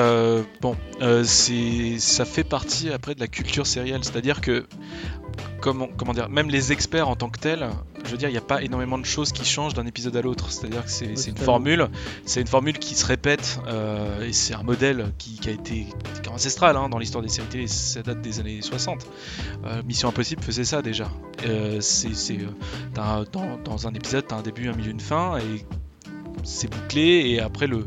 ça fait partie après de la culture sérielle, c'est-à-dire que comment dire, même les experts en tant que tels, je veux dire, il n'y a pas énormément de choses qui changent d'un épisode à l'autre, c'est-à-dire que c'est une totalement. formule qui se répète et c'est un modèle qui a été ancestral dans l'histoire des séries télé, ça date des années 60. Mission Impossible faisait ça déjà. Dans un épisode, t'as un début, un milieu, une fin et c'est bouclé et après le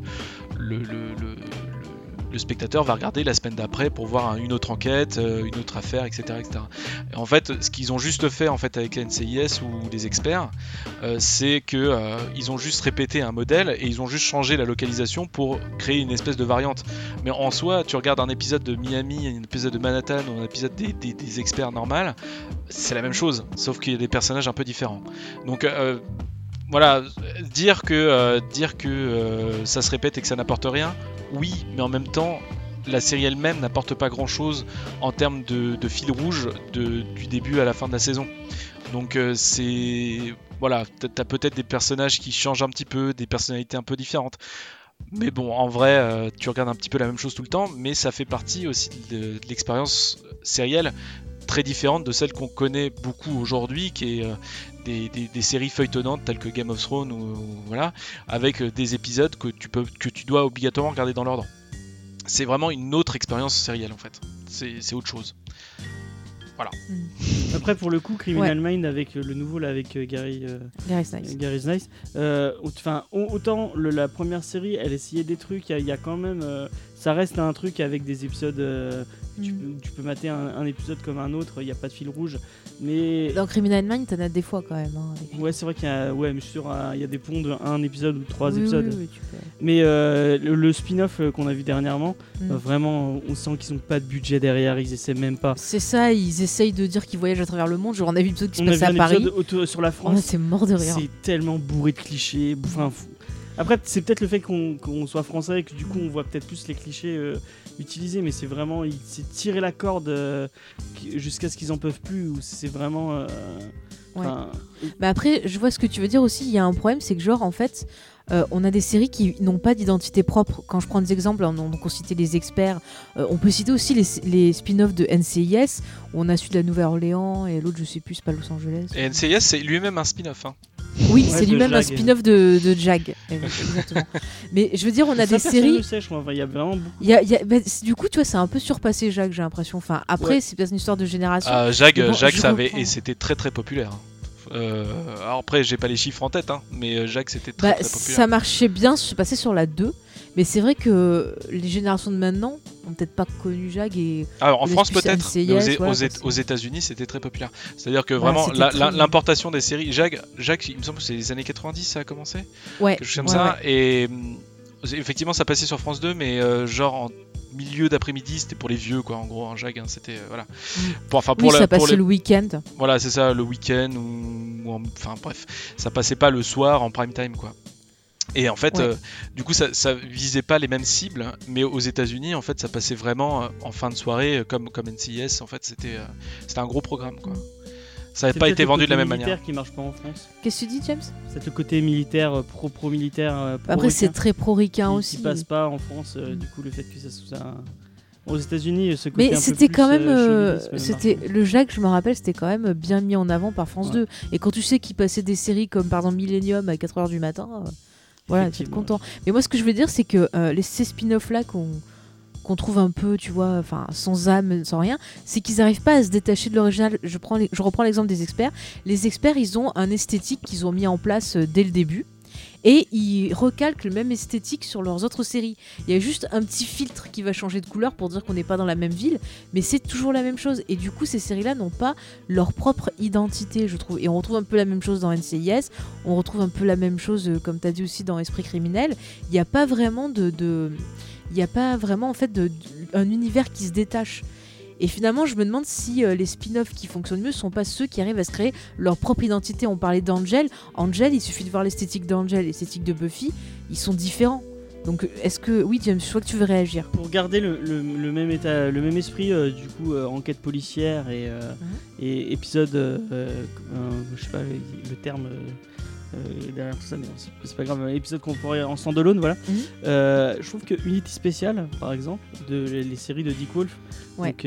spectateur va regarder la semaine d'après pour voir une autre enquête, une autre affaire, etc., etc. Et en fait, ce qu'ils ont juste fait en fait avec la NCIS ou les experts, c'est que ils ont juste répété un modèle et ils ont juste changé la localisation pour créer une espèce de variante. Mais en soi, tu regardes un épisode de Miami, un épisode de Manhattan ou un épisode des experts normal, c'est la même chose, sauf qu'il y a des personnages un peu différents. Donc voilà, dire que ça se répète et que ça n'apporte rien, oui, mais en même temps, la série elle-même n'apporte pas grand-chose en termes de fil rouge du début à la fin de la saison. Donc voilà, t'as peut-être des personnages qui changent un petit peu, des personnalités un peu différentes. Mais bon, en vrai, tu regardes un petit peu la même chose tout le temps, mais ça fait partie aussi de l'expérience sérielle très différente de celle qu'on connaît beaucoup aujourd'hui, qui est des séries feuilletonnantes telles que Game of Thrones ou voilà, avec des épisodes que tu dois obligatoirement regarder dans l'ordre. C'est vraiment une autre expérience sérielle en fait. C'est autre chose. Voilà. Après, pour le coup, Criminal Mind avec le nouveau là, avec Gary Snice. Autant la première série, elle essayait des trucs. Il y a quand même, ça reste un truc avec des épisodes. Tu peux mater un épisode comme un autre. Il n'y a pas de fil rouge. Mais Dans Criminal Mind, t'en as des fois quand même. ouais, c'est vrai qu'il y a, mais je suis sûr, il y a des ponts de un épisode ou 3 Oui, épisodes. oui, tu peux. Mais le spin-off qu'on a vu dernièrement, vraiment, on sent qu'ils n'ont pas de budget derrière. Ils essaient même pas. C'est ça, ils essayent de dire qu'ils voyagent à travers le monde. Genre, on a vu l'épisode qui se On a passait vu à un Paris. épisode sur la Oh, France. c'est mort de rire. C'est tellement bourré de clichés. Après, c'est peut-être le fait qu'on soit français et que du coup on voit peut-être plus les clichés utilisé, mais c'est vraiment c'est tirer la corde jusqu'à ce qu'ils en peuvent plus, ou c'est vraiment. Bah après, je vois ce que tu veux dire aussi. Il y a un problème, c'est que genre en fait. On a des séries qui n'ont pas d'identité propre. Quand je prends des exemples, on citait les experts. On peut citer aussi les spin-offs de NCIS, où on a celui de la Nouvelle-Orléans et l'autre, je sais plus, c'est pas Los Angeles. Et NCIS, c'est lui-même un spin-off. Hein. Oui, c'est lui-même un spin-off de Jag. Exactement. Mais je veux dire, on a des séries. Il y a vraiment beaucoup. Du coup, tu vois, c'est un peu surpassé Jag, j'ai l'impression. Enfin, après, c'est peut-être une histoire de génération. Jag, et c'était très très populaire. Alors après, j'ai pas les chiffres en tête, mais Jag c'était très populaire. Ça marchait bien, je suis passé sur la 2, mais c'est vrai que les générations de maintenant ont peut-être pas connu Jag et. Alors en France peut-être, NCIS, mais aux États-Unis c'était très populaire. C'est-à-dire que vraiment l'importation des séries, Jag, il me semble que c'est les années 90 ça a commencé. Ouais. Quelque chose comme ça. Et effectivement ça passait sur France 2, mais genre en milieu d'après-midi, c'était pour les vieux quoi, en gros un Jag, c'était voilà. Ça passait le week-end. Voilà, c'est ça, le week-end enfin bref, ça passait pas le soir en prime time quoi. Et en fait, du coup, ça visait pas les mêmes cibles, mais aux États-Unis, en fait, ça passait vraiment en fin de soirée, comme NCIS. En fait, c'était un gros programme quoi. Ça n'avait pas été vendu de la même manière. C'est le côté militaire qui marche pas en France. Qu'est-ce que tu dis, James ? C'est le côté militaire, pro-militaire. Après, c'est très pro-ricain aussi. Qui passe pas en France, du coup, le fait que ça. Aux États-Unis, ce côté. Mais c'était quand même. Le Jag, je me rappelle, c'était quand même bien mis en avant par France 2. Et quand tu sais qu'il passait des séries comme par exemple Millennium à 4h du matin, voilà, tu es content. Mais moi, ce que je veux dire, c'est que ces spin-offs là qu'on trouve un peu, tu vois, enfin sans âme, sans rien, c'est qu'ils n'arrivent pas à se détacher de l'original. Je reprends l'exemple des experts. Les experts, ils ont un esthétique qu'ils ont mis en place dès le début. Et ils recalquent le même esthétique sur leurs autres séries. Il y a juste un petit filtre qui va changer de couleur pour dire qu'on n'est pas dans la même ville, mais c'est toujours la même chose. Et du coup, ces séries-là n'ont pas leur propre identité, je trouve. Et on retrouve un peu la même chose dans NCIS, on retrouve un peu la même chose, comme tu as dit aussi, dans Esprit criminel. Il n'y a pas vraiment il n'y a pas vraiment en fait un univers qui se détache. Et finalement, je me demande si les spin-offs qui fonctionnent mieux sont pas ceux qui arrivent à se créer leur propre identité. On parlait d'Angel. Angel, il suffit de voir l'esthétique d'Angel et l'esthétique de Buffy, ils sont différents. Donc, est-ce que... Oui, James, je crois que tu veux réagir. Pour garder le même état, le même esprit, du coup, enquête policière et épisode... je sais pas le terme... derrière tout ça, mais c'est pas grave, épisode qu'on pourrait en stand-alone, voilà. Je trouve que Unity Special, par exemple, les séries de Dick Wolf, donc,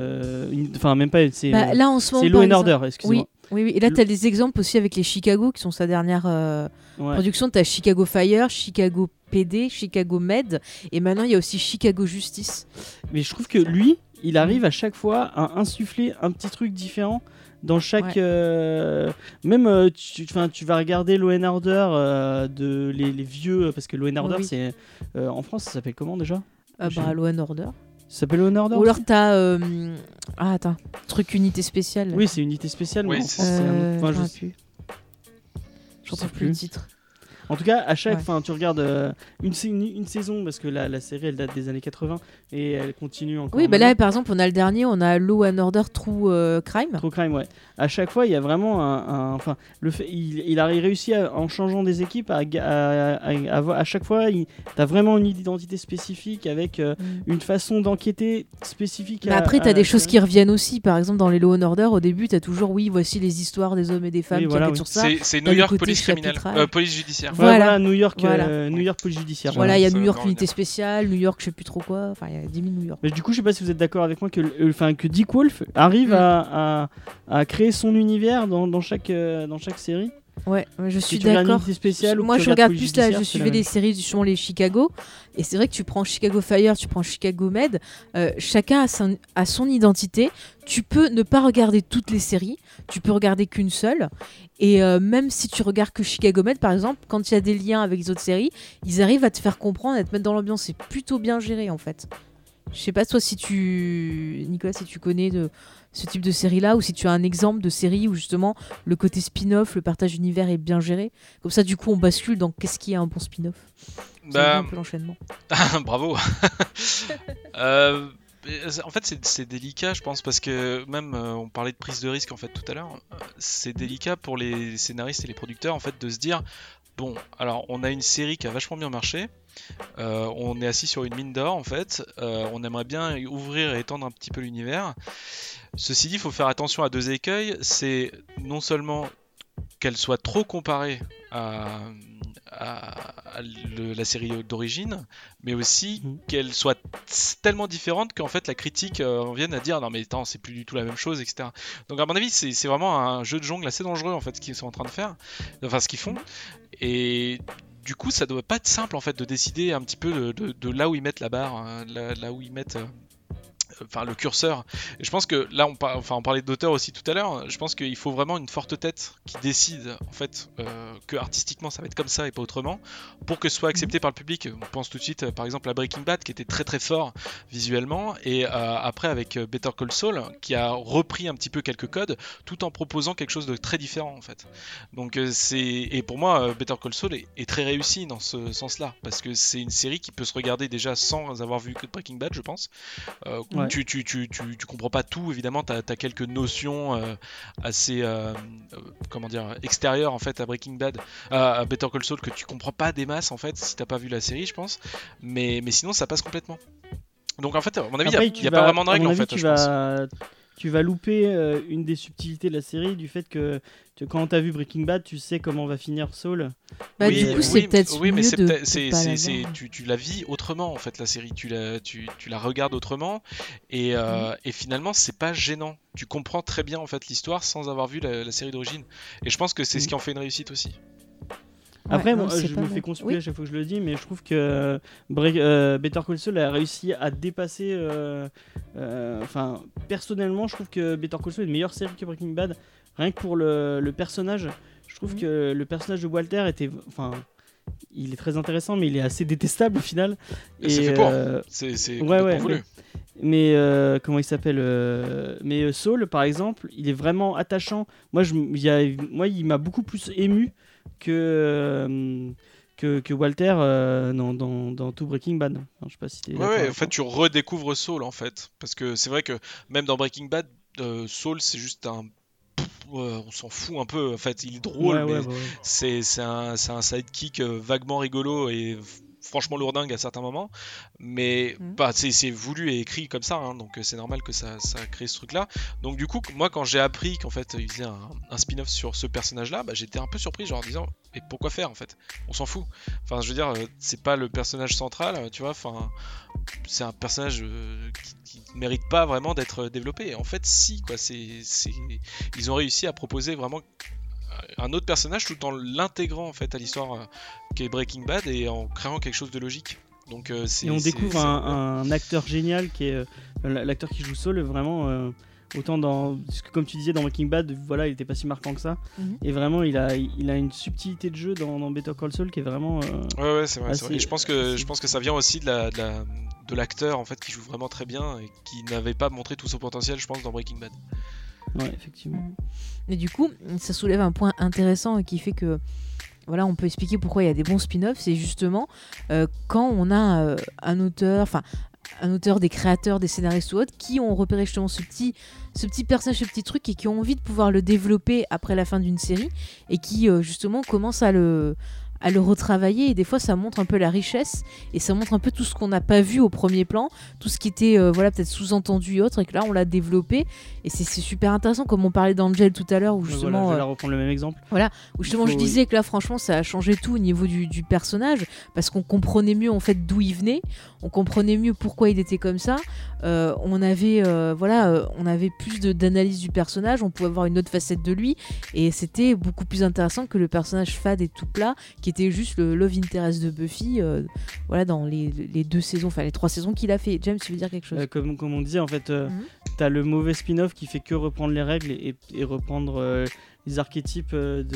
enfin même pas, c'est là, en ce moment, c'est Law & Order, excusez-moi. Oui, et là tu as des exemples aussi avec les Chicago qui sont sa dernière production. Tu as Chicago Fire, Chicago PD, Chicago Med, et maintenant il y a aussi Chicago Justice. Mais je trouve que lui, il arrive à chaque fois à insuffler un petit truc différent dans chaque même tu vas regarder Law & Order de les vieux, parce que Law & Order c'est en France ça s'appelle comment déjà Law & Order. Ça s'appelle Law & Order. Ou alors t'as attends, truc unité spéciale. Oui, c'est unité spéciale, mais oui, en France c'est un autre... je retrouve plus le titre. En tout cas, à chaque fin, tu regardes une saison, parce que la série elle date des années 80 et elle continue encore. Oui, bah là par exemple, on a le dernier, on a Law & Order True Crime. True Crime, ouais. À chaque fois, il y a vraiment enfin, le fait, il a réussi en changeant des équipes à chaque fois, t'as vraiment une identité spécifique avec une façon d'enquêter spécifique. Mais après, t'as des choses qui reviennent aussi. Par exemple, dans les Law & Order, au début, t'as toujours, voici les histoires des hommes et des femmes qui enquêtent sur ça. C'est New York Police Criminelle, Police Judiciaire. Voilà, New York Police Judiciaire. Voilà, il y a New York Unité Spéciale, New York je sais plus trop quoi, enfin il y a 10 000 New York. Mais du coup, je sais pas si vous êtes d'accord avec moi que Dick Wolf arrive à créer son univers dans chaque série. Ouais, je suis d'accord. Moi je regarde plus là, je suivais les séries justement les Chicago, et c'est vrai que tu prends Chicago Fire, tu prends Chicago Med, chacun a son identité. Tu peux ne pas regarder toutes les séries, tu peux regarder qu'une seule, et même si tu regardes que Chicago Med par exemple, quand il y a des liens avec les autres séries, ils arrivent à te faire comprendre, à te mettre dans l'ambiance. C'est plutôt bien géré en fait. Je sais pas toi Nicolas, si tu connais ce type de série là, ou si tu as un exemple de série où justement le côté spin-off, le partage d'univers est bien géré. Comme ça du coup on bascule dans qu'est-ce qui est un bon spin-off. C'est un peu l'enchaînement. Bravo. En fait c'est délicat je pense, parce que même on parlait de prise de risque en fait tout à l'heure, c'est délicat pour les scénaristes et les producteurs en fait de se dire bon alors on a une série qui a vachement bien marché, On est assis sur une mine d'or en fait. On aimerait bien ouvrir et étendre un petit peu l'univers. Ceci dit, il faut faire attention à 2 écueils. C'est non seulement qu'elle soit trop comparée à la série d'origine, mais aussi qu'elle soit tellement différente qu'en fait la critique vienne à dire non mais attends, c'est plus du tout la même chose, etc. Donc à mon avis c'est vraiment un jeu de jungle assez dangereux en fait ce qu'ils sont en train de faire, enfin ce qu'ils font, et du coup ça doit pas être simple en fait de décider un petit peu de là où ils mettent la barre, hein, là où ils mettent le curseur. Et je pense que là on parlait d'auteur aussi tout à l'heure, je pense qu'il faut vraiment une forte tête qui décide en fait que artistiquement ça va être comme ça et pas autrement pour que ce soit accepté par le public. On pense tout de suite par exemple à Breaking Bad qui était très très fort visuellement, et après avec Better Call Saul qui a repris un petit peu quelques codes tout en proposant quelque chose de très différent en fait. Donc et pour moi Better Call Saul est très réussi dans ce sens là, parce que c'est une série qui peut se regarder déjà sans avoir vu Breaking Bad, je pense. Ouais. Tu comprends pas tout, évidemment, t'as quelques notions assez comment dire, extérieures en fait à Breaking Bad, à Better Call Saul, que tu comprends pas des masses en fait si t'as pas vu la série, je pense, mais sinon ça passe complètement. Donc en fait à mon avis il y a pas vraiment de règle en fait, tu vas louper une des subtilités de la série, du fait que quand t'as vu Breaking Bad, tu sais comment va finir Saul. Bah, du coup, c'est peut-être mieux mais tu la vis autrement en fait la série, tu la regardes autrement, et finalement c'est pas gênant. Tu comprends très bien en fait l'histoire sans avoir vu la série d'origine, et je pense que c'est ce qui en fait une réussite aussi. Après, moi, je me fais consulter à chaque fois que je le dis, mais je trouve que Better Call Saul a réussi à dépasser. Personnellement, je trouve que Better Call Saul est une meilleure série que Breaking Bad, rien que pour le personnage. Je trouve que le personnage de Walter était. Il est très intéressant, mais il est assez détestable au final. C'est fait pour. C'est complètement voulu. Mais comment il s'appelle Mais Saul, par exemple, il est vraiment attachant. Moi, il m'a beaucoup plus ému que Walter dans tout Breaking Bad. Enfin, je sais pas si t'es en fait tu redécouvres Saul en fait, parce que c'est vrai que même dans Breaking Bad Saul c'est juste on s'en fout un peu en fait, il est drôle, mais c'est un sidekick vaguement rigolo et franchement lourdingue à certains moments, mais c'est voulu et écrit comme ça, hein, donc c'est normal que ça crée ce truc là. Donc du coup moi quand j'ai appris qu'en fait il faisait un spin-off sur ce personnage là, j'étais un peu surpris, genre en disant et pourquoi faire en fait, on s'en fout, enfin je veux dire c'est pas le personnage central, tu vois, enfin c'est un personnage qui mérite pas vraiment d'être développé. En fait si quoi, ils ont réussi à proposer vraiment un autre personnage tout en l'intégrant en fait à l'histoire qui est Breaking Bad, et en créant quelque chose de logique. Donc et on découvre un acteur génial qui est l'acteur qui joue Saul, vraiment autant comme tu disais dans Breaking Bad, voilà, il était pas si marquant que ça, et vraiment il a une subtilité de jeu dans Better Call Saul qui est vraiment c'est vrai. Et je pense que ça vient aussi de l'acteur en fait qui joue vraiment très bien et qui n'avait pas montré tout son potentiel, je pense, dans Breaking Bad. Ouais, effectivement. Mais du coup, ça soulève un point intéressant qui fait que voilà, on peut expliquer pourquoi il y a des bons spin-offs. C'est justement quand on a un auteur, des créateurs, des scénaristes ou autres qui ont repéré justement ce petit personnage, ce petit truc, et qui ont envie de pouvoir le développer après la fin d'une série, et qui justement commencent à le retravailler, et des fois ça montre un peu la richesse, et ça montre un peu tout ce qu'on n'a pas vu au premier plan, tout ce qui était peut-être sous-entendu et autres, et que là on l'a développé, et c'est super intéressant, comme on parlait d'Angel tout à l'heure, où justement je vais reprendre le même exemple, où justement je disais que là franchement ça a changé tout au niveau du personnage, parce qu'on comprenait mieux en fait d'où il venait, on comprenait mieux pourquoi il était comme ça, on avait plus d'analyse du personnage, on pouvait voir une autre facette de lui, et c'était beaucoup plus intéressant que le personnage fade et tout plat qui était juste le love interest de Buffy dans les 2 saisons, enfin les 3 saisons qu'il a fait. James, tu veux dire quelque chose? Comme on disait en fait, t'as le mauvais spin-off qui fait que reprendre les règles et reprendre les archétypes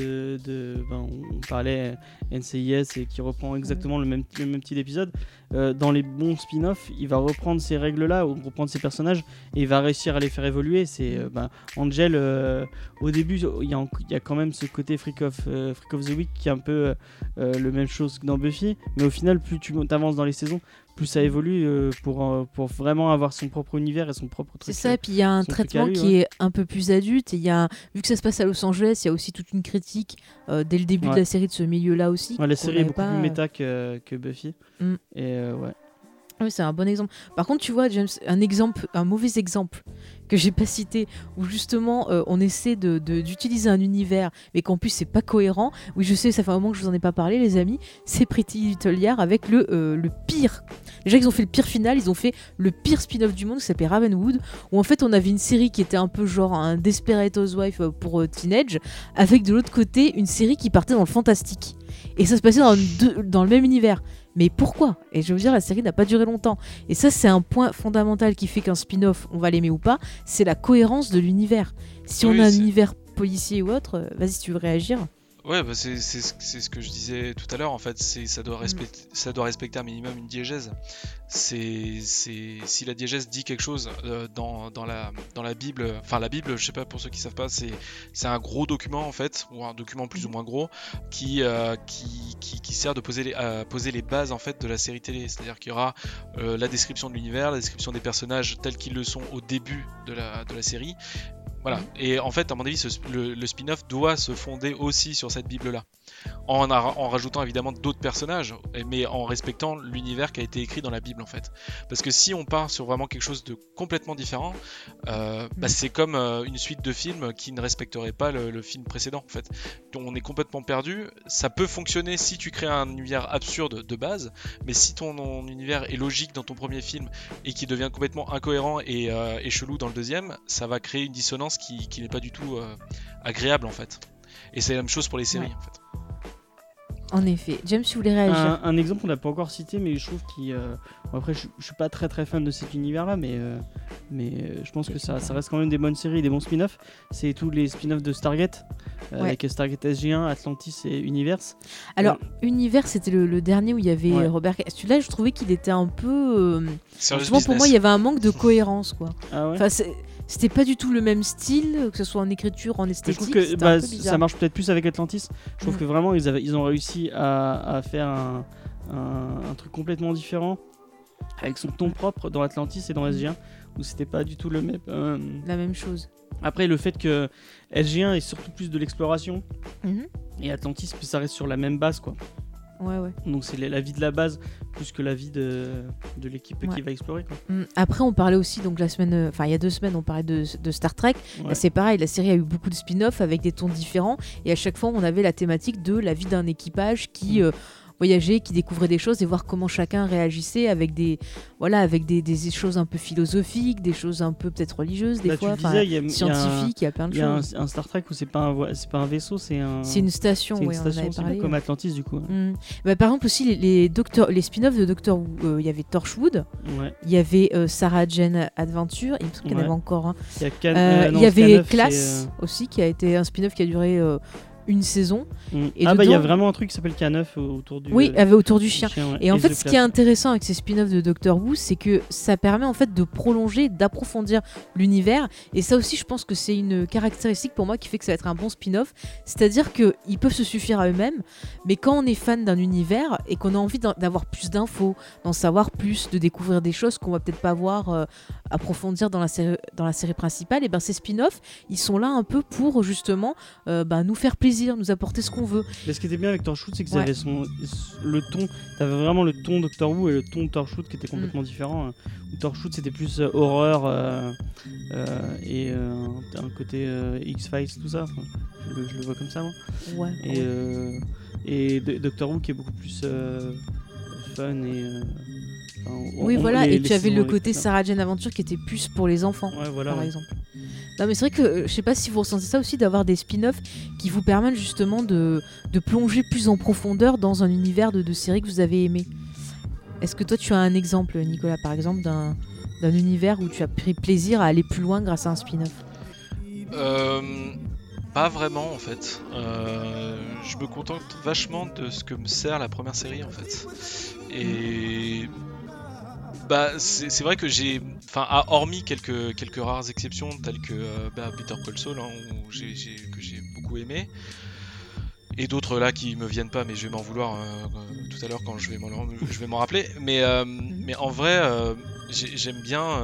on parlait NCIS, et qui reprend exactement le même type d'épisode. Dans les bons spin-offs, il va reprendre ces règles-là, ou reprendre ces personnages, et il va réussir à les faire évoluer. C'est Angel, au début, il y a quand même ce côté Freak of the Week qui est un peu le même chose que dans Buffy, mais au final, plus tu avances dans les saisons, plus ça évolue pour vraiment avoir son propre univers et son propre truc. C'est ça, et puis il y a un son truc traitement à lui, qui est un peu plus adulte, et vu que ça se passe à Los Angeles, il y a aussi toute une critique dès le début de la série de ce milieu-là aussi. Ouais, la série est beaucoup pas... plus méta que Buffy. Et ouais. Oui, c'est un bon exemple. Par contre, tu vois, James, un mauvais exemple que j'ai pas cité, où justement on essaie d'utiliser un univers, mais qu'en plus c'est pas cohérent. Oui, je sais, ça fait un moment que je vous en ai pas parlé, les amis. C'est Pretty Little Liars avec le pire. Déjà, ils ont fait le pire final, ils ont fait le pire spin-off du monde qui s'appelait Ravenwood, où en fait on avait une série qui était un peu genre un Desperate Housewife pour teenage, avec de l'autre côté une série qui partait dans le fantastique. Et ça se passait dans le même univers. Mais pourquoi ? Et je veux dire, la série n'a pas duré longtemps. Et ça, c'est un point fondamental qui fait qu'un spin-off, on va l'aimer ou pas, c'est la cohérence de l'univers. Si on a un univers policier ou autre, vas-y si tu veux réagir. Ouais, bah c'est ce que je disais tout à l'heure, en fait, ça doit respecter un minimum une diégèse. Si la diégèse dit quelque chose dans la Bible, enfin la Bible, je sais pas pour ceux qui savent pas, c'est un gros document en fait, ou un document plus ou moins gros, qui sert de poser les bases en fait de la série télé. C'est-à-dire qu'il y aura la description de l'univers, la description des personnages tels qu'ils le sont au début de la série. Voilà, et en fait, à mon avis, le spin-off doit se fonder aussi sur cette Bible-là, en rajoutant évidemment d'autres personnages, mais en respectant l'univers qui a été écrit dans la Bible, en fait. Parce que si on part sur vraiment quelque chose de complètement différent, c'est comme une suite de films qui ne respecterait pas le film précédent, en fait. On est complètement perdu. Ça peut fonctionner si tu crées un univers absurde de base, mais si ton univers est logique dans ton premier film et qui devient complètement incohérent et chelou dans le deuxième, ça va créer une dissonance qui n'est pas du tout agréable en fait. Et c'est la même chose pour les séries en fait. En effet. James, tu voulais réagir ? Un exemple qu'on n'a pas encore cité, mais je trouve après, je suis pas très très fan de cet univers-là, mais je pense que ça reste quand même des bonnes séries, des bons spin-offs. C'est tous les spin-offs de Stargate, avec Stargate SG1, Atlantis et Universe. Alors, Universe, c'était le dernier où il y avait Robert. Celui-là, je trouvais qu'il était un peu. Pour moi, il y avait un manque de cohérence, quoi. Ah ouais. Enfin, c'était pas du tout le même style, que ce soit en écriture, en esthétique. Je trouve que ça marche peut-être plus avec Atlantis. Je trouve que vraiment ils ont réussi à faire un truc complètement différent avec son ton propre dans Atlantis et dans SG1 où c'était pas du tout la même chose. Après, le fait que SG1 est surtout plus de l'exploration et Atlantis ça reste sur la même base, quoi. Ouais. Donc c'est la vie de la base plus que la vie de l'équipe qui va explorer, quoi. Après, on parlait aussi, donc il y a 2 semaines, on parlait de Star Trek. Là, c'est pareil, la série a eu beaucoup de spin-offs avec des tons différents, et à chaque fois on avait la thématique de la vie d'un équipage qui voyageait, qui découvrait des choses et voir comment chacun réagissait avec des choses un peu philosophiques, des choses un peu peut-être religieuses, des fois scientifiques. Il y a plein de choses. Il y a un Star Trek où c'est pas un vaisseau, c'est une station. C'est une station, on en avait parlé, comme Atlantis du coup. Par exemple aussi les spin-offs de Doctor Who, il y avait Torchwood, il y avait Sarah Jane Adventure, il me semble qu'il y en avait encore. Il y avait Class aussi, qui a été un spin-off qui a duré une saison. Et il y a vraiment un truc qui s'appelle K9 autour du autour du chien. Et en fait, ce qui est intéressant avec ces spin-offs de Doctor Who, c'est que ça permet en fait de prolonger, d'approfondir l'univers. Et ça aussi, je pense que c'est une caractéristique pour moi qui fait que ça va être un bon spin-off. C'est-à-dire qu'ils peuvent se suffire à eux-mêmes, mais quand on est fan d'un univers et qu'on a envie d'avoir plus d'infos, d'en savoir plus, de découvrir des choses qu'on va peut-être pas voir approfondir dans la série principale, et ces spin-offs, ils sont là un peu pour justement nous faire plaisir, nous apporter ce qu'on veut. Mais ce qui était bien avec Torchwood, c'est qu'ils avaient le ton. T'avais vraiment le ton Doctor Who et le ton Torchwood qui était complètement différent. Torchwood, c'était plus horreur et un côté X-Files, tout ça. Enfin, je le vois comme ça, moi. Et Doctor Who qui est beaucoup plus fun et. Et tu avais le côté Sarah Jane Adventure qui était plus pour les enfants, par exemple. Non, mais c'est vrai que je sais pas si vous ressentez ça aussi, d'avoir des spin-offs qui vous permettent justement de plonger plus en profondeur dans un univers de séries que vous avez aimé. Est-ce que toi tu as un exemple, Nicolas, par exemple, d'un univers où tu as pris plaisir à aller plus loin grâce à un spin-off ? Pas vraiment en fait. Je me contente vachement de ce que me sert la première série en fait. Et c'est vrai que hormis quelques rares exceptions telles que Better Call Saul, que j'ai beaucoup aimé, et d'autres là qui me viennent pas, mais je vais m'en vouloir tout à l'heure quand je vais m'en rappeler. Mais en vrai, j'aime bien,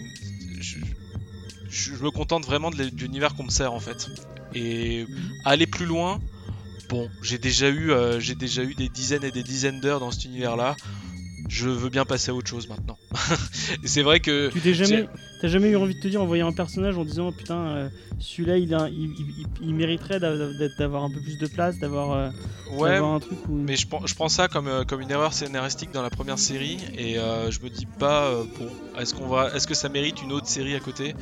je me contente vraiment de l'univers qu'on me sert en fait. Et aller plus loin, bon, j'ai déjà eu des dizaines et des dizaines d'heures dans cet univers-là. Je veux bien passer à autre chose maintenant. Et c'est vrai que t'as jamais eu envie de te dire en voyant un personnage en disant putain celui-là il mériterait d'avoir un peu plus de place, d'avoir un truc où... Mais je prends ça comme une erreur scénaristique dans la première série et je me dis pas bon, est-ce que ça mérite une autre série à côté.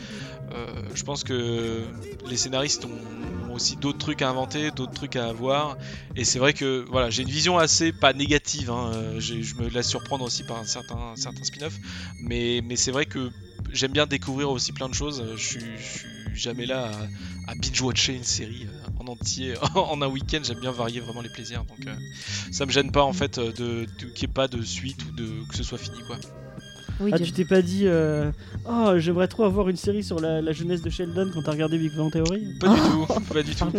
Je pense que les scénaristes ont aussi d'autres trucs à inventer, d'autres trucs à avoir, et c'est vrai que voilà, j'ai une vision assez pas négative, hein, je me laisse surprendre aussi par certains spin-off, mais c'est vrai que j'aime bien découvrir aussi plein de choses. Je suis jamais là à binge-watcher une série en entier en un week-end. J'aime bien varier vraiment les plaisirs, donc ça me gêne pas en fait qu'il n'y ait pas de suite ou que ce soit fini quoi. Oui, tu t'es pas dit oh j'aimerais trop avoir une série sur la jeunesse de Sheldon quand t'as regardé Big Bang Theory? Pas du tout.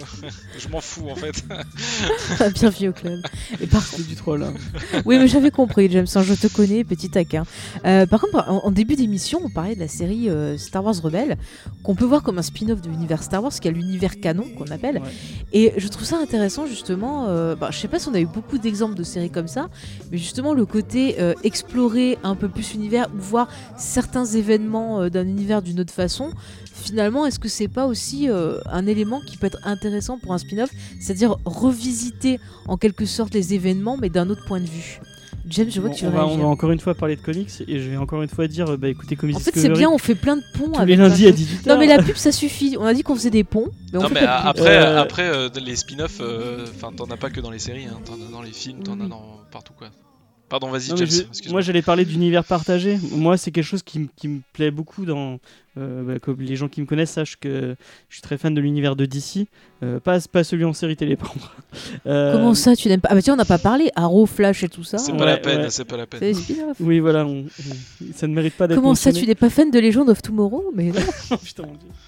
Je m'en fous en fait. Bienvenue au club. Et C'est du troll hein. Oui, mais j'avais compris, James, je te connais, petit taquin. Par contre, en début d'émission, on parlait de la série Star Wars Rebelle, qu'on peut voir comme un spin-off de l'univers Star Wars, qui a l'univers canon qu'on appelle. Ouais. Et je trouve ça intéressant justement. Je sais pas si on a eu beaucoup d'exemples de séries comme ça, mais justement le côté explorer un peu plus l'univers ou voir certains événements d'un univers d'une autre façon. Finalement, est-ce que c'est pas aussi un élément qui peut être intéressant pour un spin-off, c'est-à-dire revisiter en quelque sorte les événements, mais d'un autre point de vue? James, je vois que tu veux réagir. On va encore une fois parler de comics et je vais encore une fois dire écoutez Comics Discovery. En fait, c'est bien, on fait plein de ponts tous les lundis à 18h. Non, mais la pub ça suffit. On a dit qu'on faisait des ponts. Mais après, les spin-offs, t'en as pas que dans les séries, hein. T'en as dans les films, t'en as dans partout quoi. Pardon, vas-y, James. Moi, j'allais parler d'univers partagé. Moi, c'est quelque chose qui me plaît beaucoup. Comme les gens qui me connaissent sachent que je suis très fan de l'univers de DC. Pas celui en série télé, par contre. Comment ça, tu n'aimes pas? Ah bah tiens, on n'a pas parlé. Arrow, Flash et tout ça. C'est pas la peine. C'est des spin-offs. Oui, voilà. Ça ne mérite pas d'être Comment mentionné. ça, tu n'es pas fan de Legend of Tomorrow? Mais oh, putain, mon Dieu.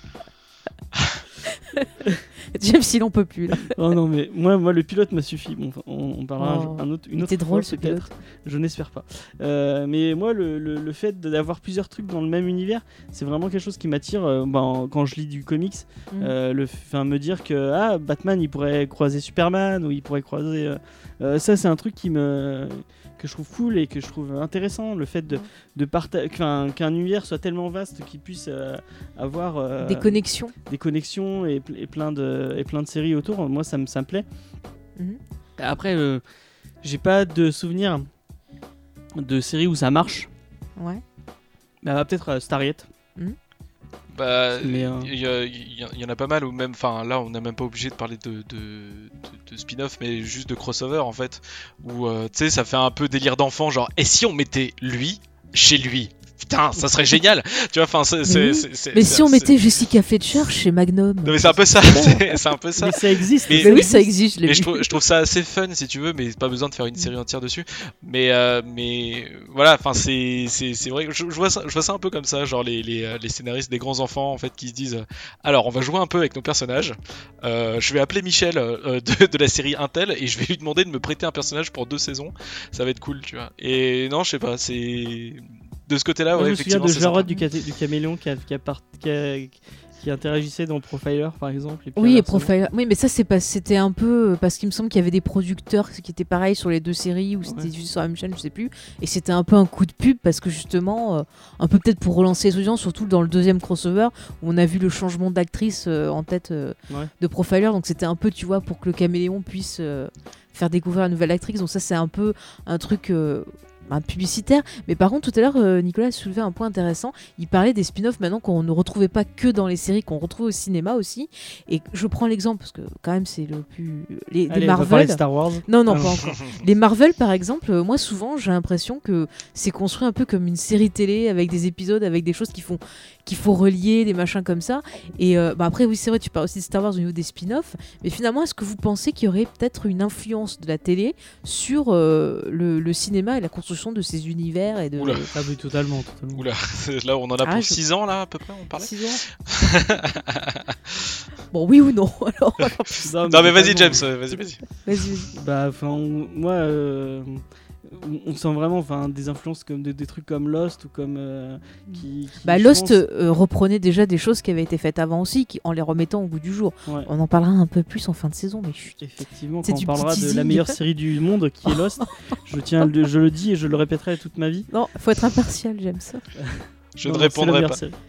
James, il en peut plus là. Oh non, mais moi le pilote m'a suffi. Bon, on parlera une autre fois. Drôle ce peut-être. Je n'espère pas. Mais moi, le fait d'avoir plusieurs trucs dans le même univers, c'est vraiment quelque chose qui m'attire. Quand je lis du comics, me dire que Batman, il pourrait croiser Superman ou il pourrait croiser. Ça, c'est un truc que je trouve cool et que je trouve intéressant, le fait de partager qu'un univers soit tellement vaste qu'il puisse avoir des connexions et plein de séries autour. Moi ça me plaît. Après j'ai pas de souvenir de séries où ça marche. Ouais. Peut-être Stargate. Il y en a pas mal, ou même, là on n'est même pas obligé de parler de spin-off, mais juste de crossover en fait, où tu sais, ça fait un peu délire d'enfant, genre, et si on mettait lui chez lui? Putain, ça serait génial, tu vois. Mais si on mettait Jessica Fletcher chez Magnum. Non, mais c'est un peu ça. C'est un peu ça. Mais ça existe. Mais oui, ça existe. Mais je trouve ça assez fun, si tu veux, mais pas besoin de faire une série entière dessus. Mais voilà, c'est vrai. Je vois ça un peu comme ça, genre les scénaristes des grands enfants en fait qui se disent alors on va jouer un peu avec nos personnages. Je vais appeler Michel de la série Intel et je vais lui demander de me prêter un personnage pour 2 saisons. Ça va être cool, tu vois. Et non, je sais pas, c'est de ce côté-là, ouais, effectivement. Je me souviens de Jarod du Caméléon qui interagissait dans Profiler, par exemple. Et Profiler. Oui, mais ça, c'était un peu parce qu'il me semble qu'il y avait des producteurs qui étaient pareils sur les 2 séries ou c'était juste sur la même chaîne, je sais plus. Et c'était un peu un coup de pub parce que justement, un peu peut-être pour relancer les audiences, surtout dans le 2e crossover où on a vu le changement d'actrice en tête de Profiler. Donc c'était un peu, tu vois, pour que le Caméléon puisse faire découvrir la nouvelle actrice. Donc ça, c'est un peu un truc publicitaire. Mais par contre, tout à l'heure, Nicolas a soulevé un point intéressant. Il parlait des spin-offs maintenant qu'on ne retrouvait pas que dans les séries, qu'on retrouve au cinéma aussi. Et je prends l'exemple parce que quand même c'est le plus les Marvel. On va parler de Star Wars. Non, pas encore. Les Marvel, par exemple, moi souvent j'ai l'impression que c'est construit un peu comme une série télé avec des épisodes, avec des choses qu'il faut relier, des machins comme ça. Et après, oui, c'est vrai, tu parles aussi de Star Wars au niveau des spin-offs. Mais finalement, est-ce que vous pensez qu'il y aurait peut-être une influence de la télé sur le cinéma et la construction de ces univers et de... Oula. Ah oui, totalement. Oula, là on en a pour 6 ans là à peu près, on parlait. 6 ans. Bon, oui ou non alors. Non, mais vas-y, James, Vas-y. Bah, enfin, moi, on sent vraiment, enfin, des influences comme des trucs comme Lost ou comme qui Bah, je Lost pense- reprenait déjà des choses qui avaient été faites avant aussi, en les remettant au goût du jour. Ouais. On en parlera un peu plus en fin de saison, mais chut. Effectivement, C'est quand on du parlera petit de la teasing. meilleure série du monde qui est Lost, je le dis et je le répéterai toute ma vie. Non, faut être impartial, j'aime ça. Je Non, ne non, c'est la répondrai meilleure pas. série.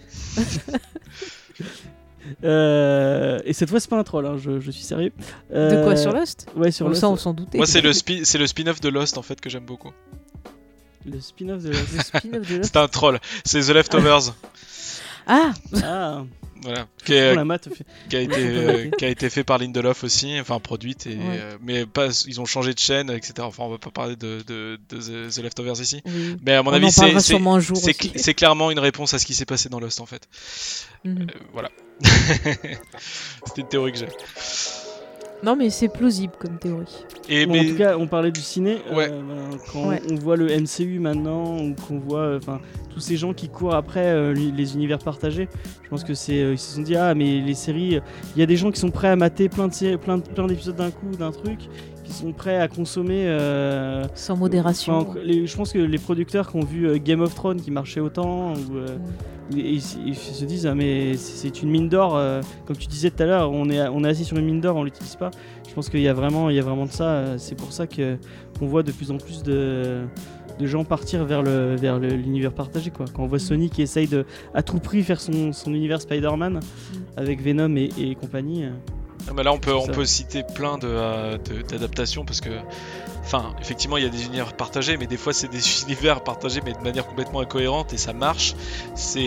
Et cette fois, c'est pas un troll, hein, je suis sérieux. De quoi, sur Lost? Ouais, sur Lost. Ça, on s'en doutait. Moi, c'est le spin-off de Lost en fait que j'aime beaucoup. Le spin-off de Lost. Le spin-off de Lost. C'est un troll. C'est The Leftovers. Ah, Ah, Voilà. la mat fait. Qui a été fait par Lindelof aussi, enfin produite, Ouais. mais pas, ils ont changé de chaîne, etc. Enfin, on va pas parler de The Leftovers ici. oui. Mais à mon On avis, en parlera sûrement un jour aussi. c'est clairement une réponse à ce qui s'est passé dans Lost en fait. Mhm. Voilà. C'était une théorie que j'ai. Non, mais c'est plausible comme théorie. Et Bon, en tout cas, on parlait du ciné. Ouais. Quand Ouais. on voit le MCU maintenant, ou qu'on voit tous ces gens qui courent après les univers partagés, je pense que c'est ils se sont dit mais les séries, il y a des gens qui sont prêts à mater plein d'épisodes d'un coup, d'un truc, qui sont prêts à consommer. Sans modération. Enfin, je pense que les producteurs qui ont vu Game of Thrones qui marchait autant, ils se disent mais c'est une mine d'or, comme tu disais tout à l'heure, on est assis sur une mine d'or, on l'utilise pas. Je pense qu'il y a vraiment de ça. C'est pour ça qu'on voit de plus en plus de gens partir vers l'univers partagé, quoi. Quand on voit Sony qui essaye de à tout prix faire son univers Spider-Man avec Venom et compagnie. mais là, on ça. peut citer plein d'adaptations parce que, enfin, effectivement, il y a des univers partagés, mais des fois, c'est des univers partagés, mais de manière complètement incohérente et ça marche. C'est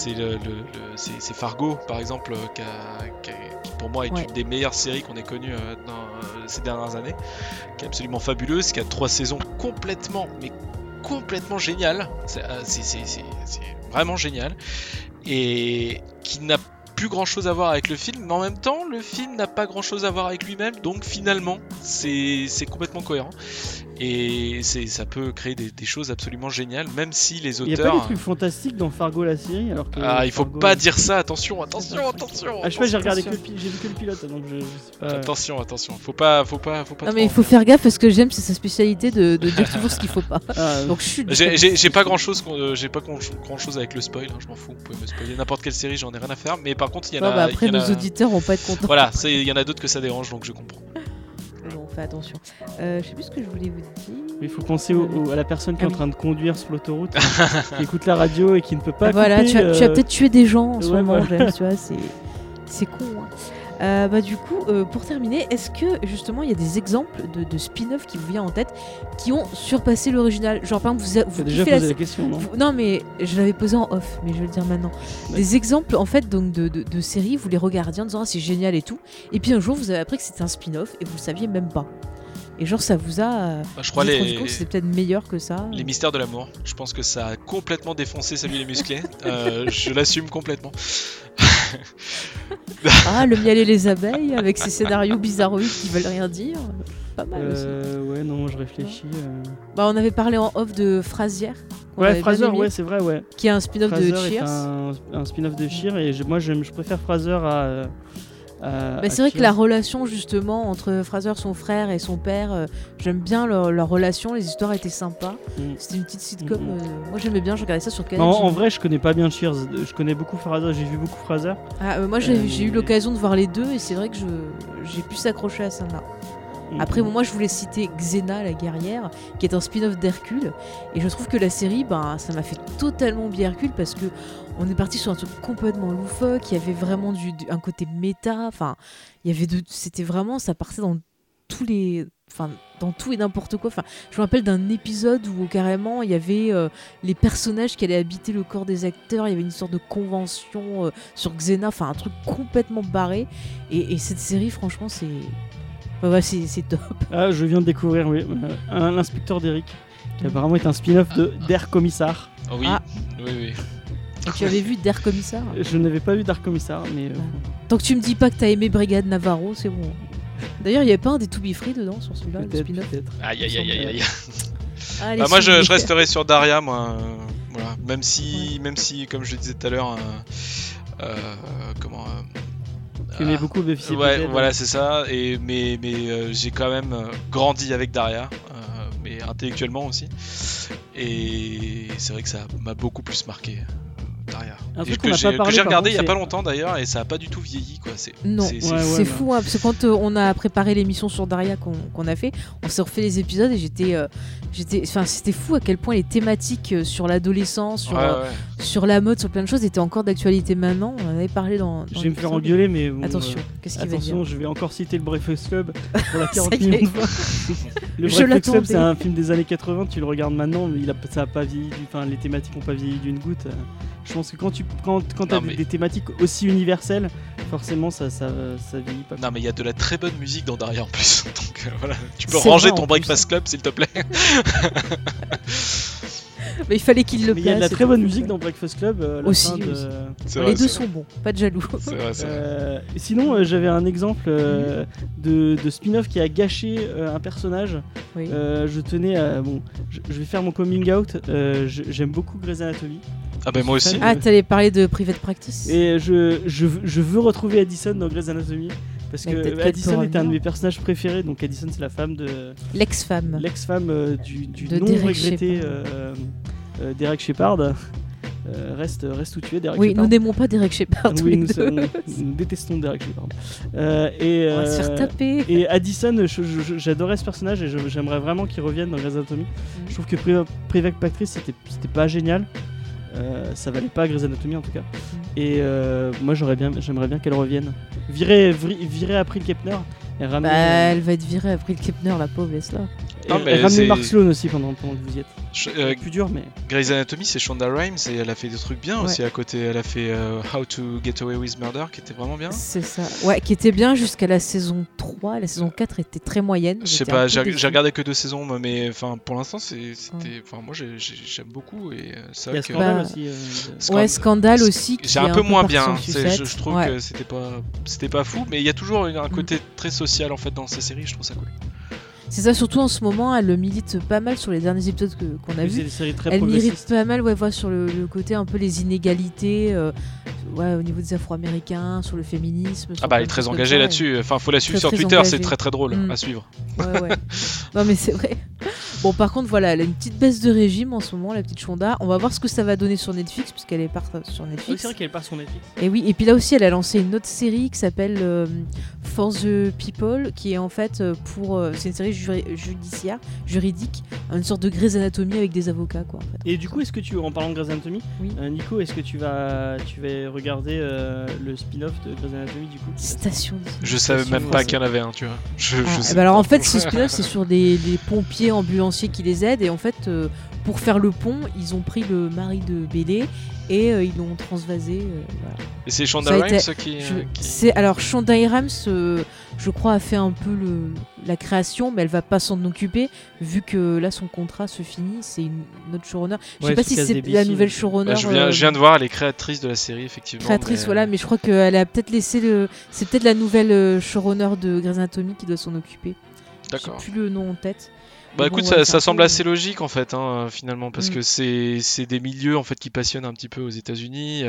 Fargo, par exemple, qui pour moi est Ouais. une des meilleures séries qu'on ait connues ces dernières années, qui est absolument fabuleuse, qui a 3 saisons complètement géniales. C'est vraiment génial et qui n'a plus grand chose à voir avec le film, mais en même temps le film n'a pas grand chose à voir avec lui-même, donc finalement c'est complètement cohérent et ça peut créer des choses absolument géniales, même si les Il y a pas auteurs des trucs fantastiques dans Fargo la série, alors que il faut Fargo- pas dire ça, attention. Je sais pas, j'ai regardé attention. j'ai vu que le pilote, donc je sais pas. Attention, faut pas Non, mais il faut faire gaffe parce que j'aime, c'est sa spécialité de dire toujours ce qu'il faut pas. Ah, Donc je suis. J'ai pas grand chose avec le spoil, hein, je m'en fous. Vous pouvez me spoiler n'importe quelle série, j'en ai rien à faire. Mais par contre, il y en a. après, il y en nos a- auditeurs vont pas être contents. Voilà, il y en a d'autres que ça dérange, donc je comprends. Bon, fais attention. Je sais plus ce que je voulais vous dire. il faut penser à la personne qui est en train de conduire sur l'autoroute, qui écoute la radio et qui ne peut pas. Voilà, couper, tu as peut-être tué des gens en ce ouais, moment, voilà. James, tu vois, c'est con. Hein. Du coup, pour terminer, est-ce que justement il y a des exemples de spin-off qui vous viennent en tête qui ont surpassé l'original? Genre par exemple, Tu vous as déjà kiffez posé la question, non? Non, mais je l'avais posé en off, mais je vais le dire maintenant. Des exemples en fait donc de séries, vous les regardiez en disant c'est génial et tout, et puis un jour vous avez appris que c'était un spin-off et vous le saviez même pas. Et genre ça vous a Je crois vous êtes rendu compte que c'était peut-être meilleur que ça. les mystères de l'amour. Je pense que ça a complètement défoncé Salut les musclés. Je l'assume complètement. Ah, le miel et les abeilles avec ces scénarios bizarroïdes qui veulent rien dire. Pas mal aussi. Ouais, non, je réfléchis. On avait parlé en off de Frasier. qu'on Ouais, avait bien Frasier, aimé, ouais, c'est vrai, ouais. qui est un spin-off de Frasier est Cheers. un spin-off de Cheers et moi je préfère Frasier à C'est vrai que Cheers. la relation justement entre Fraser, son frère et son père, j'aime bien leur relation, les histoires étaient sympas. Mm. C'était une petite sitcom, Mm. moi j'aimais bien, je regardais ça sur Canal. Non, en vrai, je connais pas bien Cheers. Je connais beaucoup Frasier, j'ai vu beaucoup Frasier. Moi j'ai eu l'occasion de voir les deux et c'est vrai que j'ai pu s'accrocher à ça là. Après, moi je voulais citer Xena la guerrière, qui est un spin-off d'Hercule, et je trouve que la série, ça m'a fait totalement oublier Hercule parce que on est parti sur un truc complètement loufoque, il y avait vraiment un côté méta, enfin, il y avait c'était vraiment, ça partait dans tous les, enfin, dans tout et n'importe quoi. Enfin, je me rappelle d'un épisode où carrément il y avait les personnages qui allaient habiter le corps des acteurs, il y avait une sorte de convention sur Xena, enfin un truc complètement barré, et cette série, franchement, c'est top. Ah, je viens de découvrir, oui, l'inspecteur d'Eric, qui apparemment est un spin-off d'Air Commissar. Oui, Ah. oui. Et tu avais vu Der Commissar? Je n'avais pas vu Dark Commissar, mais. Tant que tu me dis pas que t'as aimé Brigade Navarro, c'est bon. D'ailleurs, il y avait pas un des To Be Free dedans sur celui-là, le Peut-être, spin-off. peut-être. Aïe. Allez, Moi, suivez. je resterai sur Daria, moi. Voilà. Même si, comme je le disais tout à l'heure, Tu aimais beaucoup Buffy Ouais, voilà, c'est ça. Mais j'ai quand même grandi avec Daria, mais intellectuellement aussi. Et c'est vrai que ça m'a beaucoup plus marqué. Daria. Que j'ai regardé il y a pas longtemps d'ailleurs, et ça a pas du tout vieilli quoi. C'est fou hein, parce que quand on a préparé l'émission sur Daria qu'on a fait, on s'est refait les épisodes et c'était fou à quel point les thématiques sur l'adolescence, sur la mode, sur plein de choses étaient encore d'actualité maintenant. On en avait parlé dans je vais me faire engueuler, mais bon, attention, qu'est-ce qu'il va dire ? Je vais encore citer le Breakfast Club pour la 40 millions de fois. Le Je Breakfast Club, c'est un film des années 80, tu le regardes maintenant, mais ça a pas vieilli, les thématiques n'ont pas vieilli d'une goutte. Je pense que quand t'as des thématiques aussi universelles, forcément ça vieillit pas. Non mais il y a de la très bonne musique dans Daria en plus, donc voilà, tu peux ranger ton Breakfast Club s'il te plaît. Mais il fallait qu'il le place. Il y a de la très bonne musique dans Breakfast Club. Aussi. Les deux sont bons, pas de jaloux. C'est vrai. Sinon, j'avais un exemple de spin-off qui a gâché un personnage. Oui. Je tenais à. Bon, je vais faire mon coming out. J'aime beaucoup Grey's Anatomy. Ah ben moi aussi. Ah, t'allais parler de Private Practice. Et je veux retrouver Addison dans Grey's Anatomy. Parce que Addison était un de mes personnages préférés. Donc Addison, c'est la femme de... L'ex-femme du non-regretté Derek Shepherd. Reste où tu es, Derek Shepherd. Oui, nous n'aimons pas Derek Shepherd. Oui, nous détestons Derek Shepherd. On va se faire taper. Et Addison, j'adorais ce personnage et j'aimerais vraiment qu'il revienne dans Grey's Anatomy. Je trouve que Private Practice, c'était pas génial. Ça valait pas Grey's Anatomy en tout cas. Et moi j'aimerais bien qu'elle revienne. Virer April Kepner et ramener. Elle va être virée April Kepner, la pauvre, laisse-la. Et ramener Mark Sloan aussi pendant que vous y êtes. C'est plus dur, mais. Grey's Anatomy, c'est Shonda Rhimes et elle a fait des trucs bien aussi à côté. Elle a fait How to Get Away with Murder qui était vraiment bien. C'est ça. Ouais, qui était bien jusqu'à la saison 3. La saison 4 était très moyenne. Je sais pas, j'ai regardé que 2 saisons, mais pour l'instant, c'était. Moi j'aime beaucoup. Et c'est vrai que. Scandale aussi. Scandale aussi. C'est un peu moins bien. Je trouve que c'était pas fou, mais il y a toujours un côté très social en fait dans ces séries, je trouve ça cool. C'est ça, surtout en ce moment, elle milite pas mal sur les derniers épisodes qu'on a vus. Elle milite pas mal sur le côté un peu les inégalités au niveau des Afro-Américains, sur le féminisme. Elle est très engagée là-dessus. Enfin, faut la suivre sur Twitter, c'est très très drôle à suivre. Ouais. Non mais c'est vrai. Bon, par contre, voilà, elle a une petite baisse de régime en ce moment, la petite Shonda. On va voir ce que ça va donner sur Netflix, puisqu'elle est part sur Netflix. Oui, c'est vrai qu'elle part sur Netflix. Et oui, et puis là aussi, elle a lancé une autre série qui s'appelle For the People, qui est en fait c'est une série juridique, une sorte de Grey's Anatomy avec des avocats, quoi. En fait. Et du coup, en parlant de Grey's Anatomy, Nico, est-ce que tu vas regarder le spin-off de Grey's Anatomy du coup? Station. Je savais même pas qu'il y en avait un, tu vois. Je sais alors en fait, ce spin-off, c'est sur des pompiers ambulanciers qui les aident, et en fait, pour faire le pont, ils ont pris le mari de Bélé et ils l'ont transvasé. Voilà. Et c'est Shonda Rhimes qui... Alors Shonda Rhimes, je crois, a fait un peu la création, mais elle va pas s'en occuper vu que là son contrat se finit. C'est une autre showrunner. Je sais pas si c'est la nouvelle showrunner. Je viens de voir, elle est créatrice de la série effectivement. Mais je crois qu'elle a peut-être laissé c'est peut-être la nouvelle showrunner de Grey's Anatomy qui doit s'en occuper. D'accord. J'ai plus le nom en tête. Écoute, ça semble assez logique en fait, finalement, parce que c'est des milieux en fait qui passionnent un petit peu aux États-Unis.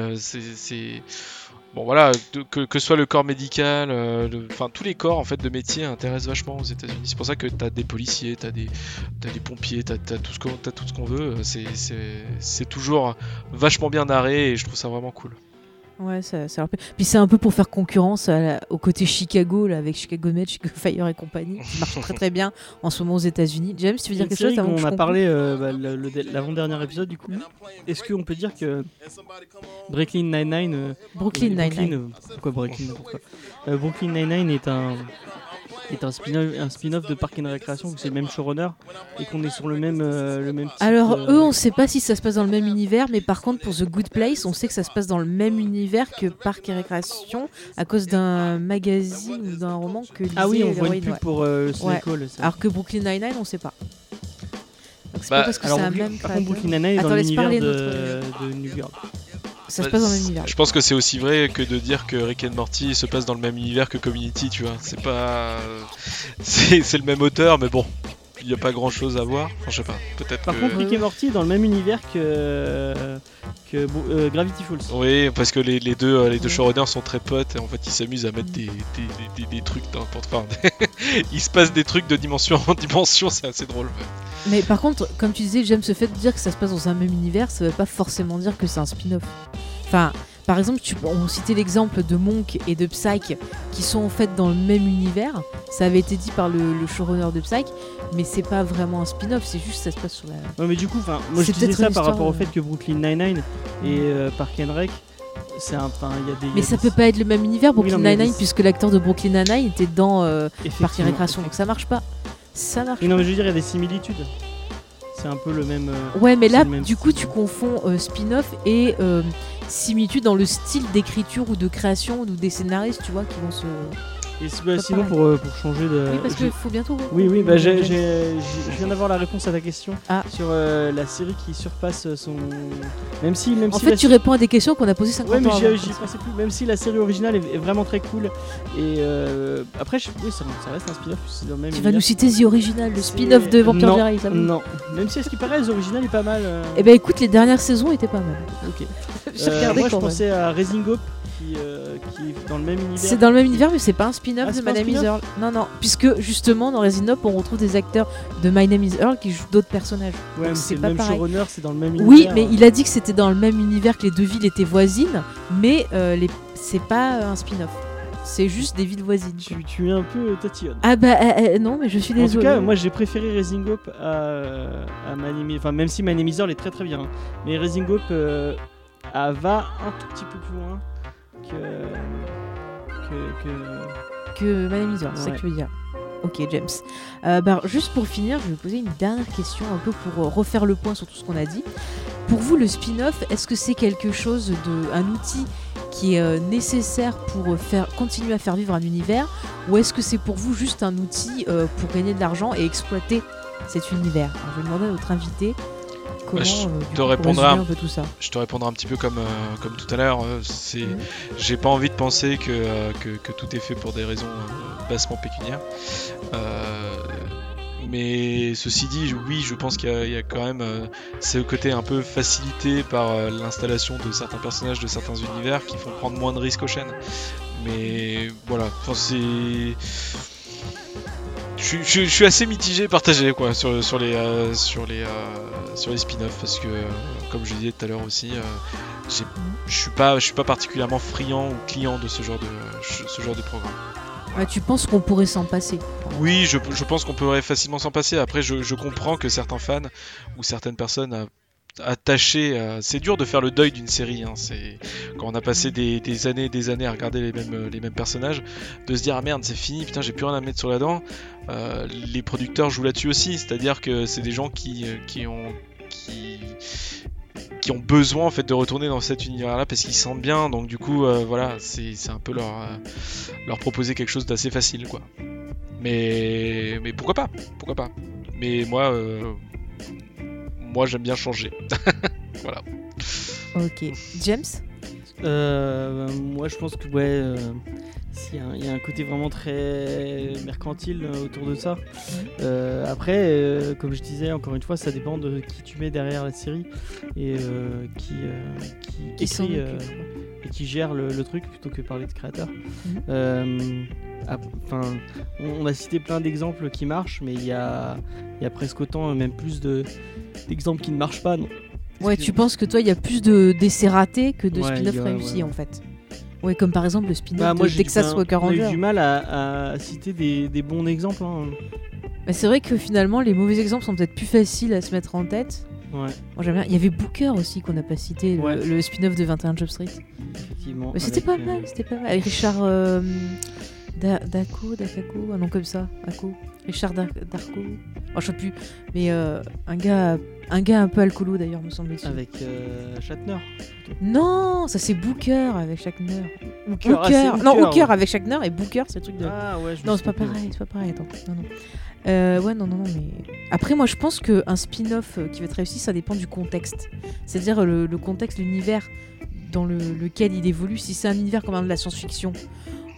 Bon voilà, que ce soit le corps médical, tous les corps en fait de métier intéressent vachement aux États-Unis. C'est pour ça que t'as des policiers, t'as des pompiers, t'as tout ce qu'on veut. C'est toujours vachement bien narré et je trouve ça vraiment cool. Ouais, ça leur plaît. Puis c'est un peu pour faire concurrence au côté Chicago, là, avec Chicago Med, Chicago Fire et compagnie, qui marche très très bien en ce moment aux États-Unis. James, tu veux dire quelque chose avant que je conclue ? On a parlé l'avant-dernier épisode du coup. Est-ce qu'on peut dire que Brooklyn Nine-Nine pourquoi Brooklyn Nine-Nine est un spin-off de Parks and Recreation, c'est le même showrunner et qu'on est sur le même type. Alors eux, on sait pas si ça se passe dans le même univers, mais par contre pour The Good Place, on sait que ça se passe dans le même univers que Parks and Recreation à cause d'un magazine ou d'un roman que lisait on voit une pub pour Snake Hall. Alors que Brooklyn Nine-Nine, on sait pas. Donc c'est pas parce que c'est un même. Par contre, Brooklyn Nine-Nine est dans l'univers de New York. Ça se passe dans le même univers. Je pense que c'est aussi vrai que de dire que Rick and Morty se passe dans le même univers que Community, tu vois. C'est pas... c'est le même auteur, mais bon. il y a pas grand chose à voir. Enfin, je sais pas. Peut-être. Par contre, Rick et Morty est dans le même univers que Gravity Falls. Oui, parce que les deux showrunners sont très potes et en fait ils s'amusent à mettre des trucs enfin, il se passe des trucs de dimension en dimension, c'est assez drôle. Ouais. Mais par contre, comme tu disais, j'aime ce fait de dire que ça se passe dans un même univers, ça veut pas forcément dire que c'est un spin-off. Enfin, par exemple, on citait l'exemple de Monk et de Psyche qui sont en fait dans le même univers. Ça avait été dit par le showrunner de Psyche, mais c'est pas vraiment un spin-off, c'est juste ça se passe sur la. Ouais, mais du coup, moi je disais ça par rapport au fait que Brooklyn Nine-Nine et Park and Rec, c'est un. Il y a des. Mais ça peut pas être le même univers, Brooklyn Nine-Nine, puisque l'acteur de Brooklyn Nine-Nine était dans Park and Recreation, donc ça marche pas. Ça marche. Non, mais je veux dire, il y a des similitudes. C'est un peu le même. Ouais, mais là, du coup, tu confonds spin-off et similitude dans le style d'écriture ou de création ou des scénaristes, tu vois, qui vont se. Et sinon, pour changer de. Oui, parce qu'il faut bientôt. Oui, je viens d'avoir la réponse à ta question sur la série qui surpasse son. Même si en fait, tu réponds à des questions qu'on a posées 50 ans avant. Ouais, mais j'y pensais plus. Même si la série originale est vraiment très cool. Et après, oui, ça reste un spin-off. C'est dans le même tu vas nous citer The Original, le spin-off de Vampire Diaries. Non, même si à ce qui paraît, The Original est pas mal. Eh ben écoute, les dernières saisons étaient pas mal. Ok. Moi, je pensais à Raising Hope. Qui est dans le même univers. C'est dans le même univers, mais c'est pas un spin-off de My Name is Earl. Non, puisque justement dans Raising Hope, on retrouve des acteurs de My Name is Earl qui jouent d'autres personnages. Ouais, mais c'est pas le même showrunner, c'est dans le même univers. Oui, mais il a dit que c'était dans le même univers, que les deux villes étaient voisines, mais c'est pas un spin-off. C'est juste des villes voisines. Tu es un peu tatillonne. Ah bah non, mais je suis désolée. En tout cas, moi j'ai préféré Raising Hope à My Name is... Enfin, même si My Name is Earl est très très bien. Mais Raising Hope va un tout petit peu plus loin que My Name is Earl, c'est ça que tu veux dire. Ok, James. Juste pour finir, je vais vous poser une dernière question, un peu pour refaire le point sur tout ce qu'on a dit. Pour vous, le spin-off, est-ce que c'est quelque chose un outil qui est nécessaire pour continuer à faire vivre un univers, ou est-ce que c'est pour vous juste un outil pour gagner de l'argent et exploiter cet univers? Alors, je vais demander à notre invité. Je te répondrai un petit peu comme tout à l'heure. J'ai pas envie de penser que tout est fait pour des raisons bassement pécuniaires. Mais ceci dit, oui, je pense qu'il y a quand même ce côté un peu facilité par l'installation de certains personnages de certains univers qui font prendre moins de risques aux chaînes. Mais voilà, je suis assez mitigé, partagé quoi sur les spin-offs parce que comme je disais tout à l'heure aussi, je suis pas particulièrement friand ou client de ce genre de programme. Ouais, tu penses qu'on pourrait s'en passer? Oui, je pense qu'on pourrait facilement s'en passer. Après, je comprends que certains fans ou certaines personnes attachées, c'est dur de faire le deuil d'une série. Hein. C'est quand on a passé des années à regarder les mêmes personnages, de se dire ah merde c'est fini, putain j'ai plus rien à mettre sur la dent. Les producteurs jouent là-dessus aussi, c'est-à-dire que c'est des gens qui ont besoin en fait de retourner dans cet univers-là parce qu'ils se sentent bien. Donc du coup, voilà, c'est un peu leur proposer quelque chose d'assez facile, quoi. Mais pourquoi pas? Mais moi j'aime bien changer. Voilà. Ok. James? Moi je pense que il y a un côté vraiment très mercantile autour de ça. Après, comme je disais, encore une fois, ça dépend de qui tu mets derrière la série et qui écrit et qui gère le truc plutôt que parler de créateur. On a cité plein d'exemples qui marchent, mais il y a presque autant, même plus d'exemples qui ne marchent pas. Non. Ouais, tu penses que toi, il y a plus d'essais ratés que de spin-off réussis en fait. Ouais, comme par exemple le spin-off de Texas Walker Ranger. On a eu du mal à citer des bons exemples. Hein. C'est vrai que finalement, les mauvais exemples sont peut-être plus faciles à se mettre en tête. Ouais. Moi, j'aime bien. Il y avait Booker aussi qu'on n'a pas cité, le spin-off de 21 Jump Street. Effectivement. Mais c'était pas mal, Avec Richard Dacko, un nom comme ça, Richard Darko. Oh, je sais plus. Mais un gars un peu alcoolo d'ailleurs, me semble-t-il. Avec Shatner. Non, ça c'est Booker avec Shatner. Hooker avec Shatner et Booker, c'est le truc de. Ah ouais. Non, c'est pas pareil. Attends, non. Mais après, moi, je pense qu'un spin-off qui va être réussi, ça dépend du contexte. C'est-à-dire le contexte, l'univers dans lequel il évolue. Si c'est un univers comme de la science-fiction,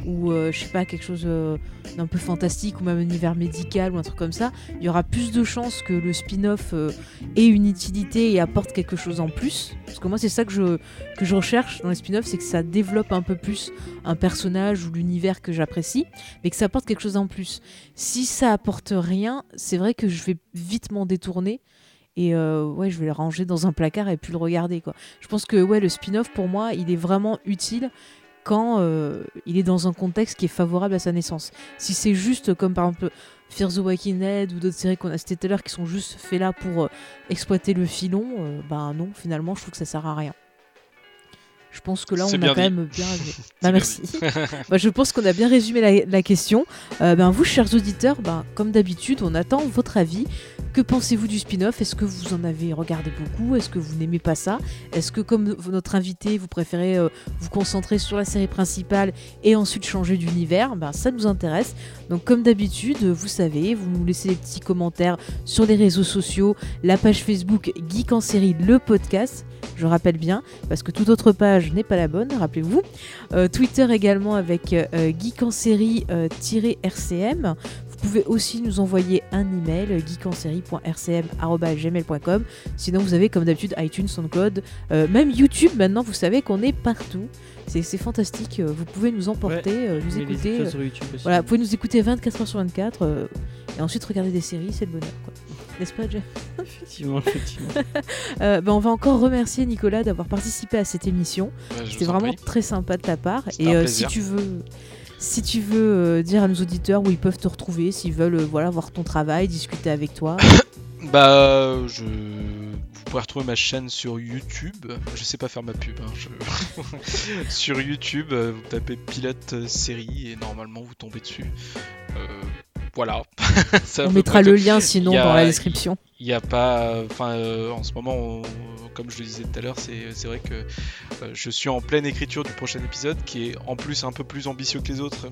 ou je sais pas, quelque chose d'un peu fantastique ou même un univers médical ou un truc comme ça, il y aura plus de chances que le spin-off ait une utilité et apporte quelque chose en plus. Parce que moi c'est ça que je recherche dans les spin-offs, c'est que ça développe un peu plus un personnage ou l'univers que j'apprécie, mais que ça apporte quelque chose en plus. Si ça apporte rien, c'est vrai que je vais vite m'en détourner. Et je vais le ranger dans un placard et puis le regarder, quoi. Je pense que le spin-off pour moi il est vraiment utile quand il est dans un contexte qui est favorable à sa naissance. Si c'est juste comme par exemple Fear the Walking Dead ou d'autres séries qu'on a citées tout à l'heure qui sont juste faits là pour exploiter le filon, non, finalement je trouve que ça sert à rien. Je pense que là, on a quand même bien résumé. Merci. Je pense qu'on a bien résumé la question. Vous, chers auditeurs, comme d'habitude, on attend votre avis. Que pensez-vous du spin-off ? Est-ce que vous en avez regardé beaucoup ? Est-ce que vous n'aimez pas ça ? Est-ce que, comme notre invité, vous préférez vous concentrer sur la série principale et ensuite changer d'univers ? Ça nous intéresse. Donc, comme d'habitude, vous savez, vous nous laissez des petits commentaires sur les réseaux sociaux, la page Facebook Geek en série, le podcast. Je rappelle bien, parce que toute autre page n'est pas la bonne, rappelez-vous. Twitter également avec Geek en série -RCM. Vous pouvez aussi nous envoyer un email, geekenserie.rcm@gmail.com. Sinon, vous avez comme d'habitude iTunes, SoundCloud, même YouTube. Maintenant, vous savez qu'on est partout. C'est fantastique. Vous pouvez nous emporter, nous écouter. Vous pouvez nous écouter 24 heures sur 24 et ensuite regarder des séries, c'est le bonheur, quoi. N'est-ce pas, Jeff ? Effectivement. On va encore remercier Nicolas d'avoir participé à cette émission. C'était vraiment très sympa de ta part. Et si tu veux dire à nos auditeurs où ils peuvent te retrouver, s'ils veulent voir ton travail, discuter avec toi. Vous pouvez retrouver ma chaîne sur YouTube. Je sais pas faire ma pub. Sur YouTube, vous tapez Pilote Série et normalement vous tombez dessus. Voilà. On mettra le lien sinon dans la description. Il n'y a pas... en ce moment, comme je le disais tout à l'heure, c'est vrai que je suis en pleine écriture du prochain épisode qui est en plus un peu plus ambitieux que les autres,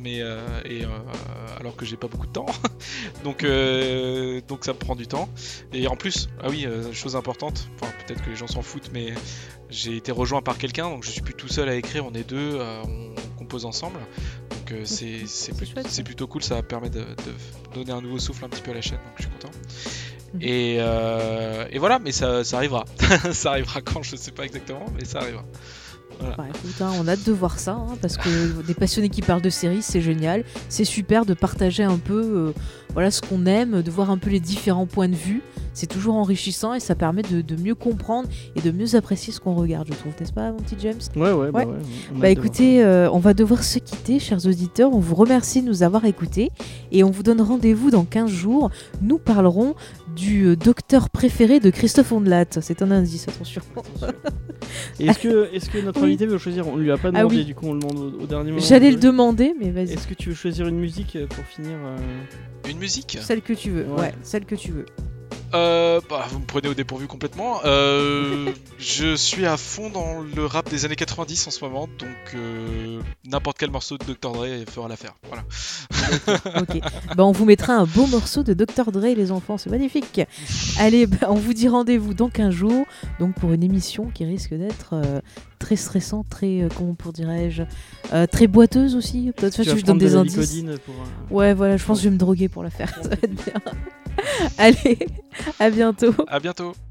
alors que j'ai pas beaucoup de temps. donc ça me prend du temps. Et en plus, chose importante, peut-être que les gens s'en foutent, mais j'ai été rejoint par quelqu'un, donc je suis plus tout seul à écrire, on est deux, on compose ensemble. Donc c'est plutôt cool, ça permet de donner un nouveau souffle un petit peu à la chaîne, donc je suis content. Et voilà, mais ça arrivera. Ça arrivera quand, je sais pas exactement, mais ça arrivera. Voilà. Écoute, on a hâte de voir ça, parce que des passionnés qui parlent de séries, c'est génial. C'est super de partager un peu ce qu'on aime, de voir un peu les différents points de vue. C'est toujours enrichissant et ça permet de mieux comprendre et de mieux apprécier ce qu'on regarde, je trouve, n'est-ce pas, mon petit James ? Ouais. Écoutez, on va devoir se quitter, chers auditeurs. On vous remercie de nous avoir écoutés et on vous donne rendez-vous dans 15 jours. Nous parlerons du docteur préféré de Christophe Ondelat. C'est un indice, attention. Et est-ce que notre invité veut choisir ? On lui a pas demandé, du coup on le demande au dernier moment. J'allais le demander, mais vas-y. Est-ce que tu veux choisir une musique pour finir Une musique ? Celle que tu veux, celle que tu veux. Vous me prenez au dépourvu complètement. Je suis à fond dans le rap des années 90 en ce moment, donc n'importe quel morceau de Dr. Dre fera l'affaire. Voilà. Ok. On vous mettra un beau morceau de Dr. Dre, les enfants, c'est magnifique. Allez, on vous dit rendez-vous dans 15 jours, donc pour une émission qui risque d'être très stressante, très, très boiteuse aussi. Peut-être que je donne des indices. Ouais, voilà, je pense que je vais me droguer pour la faire. Ça va être bien. Allez, à bientôt. À bientôt.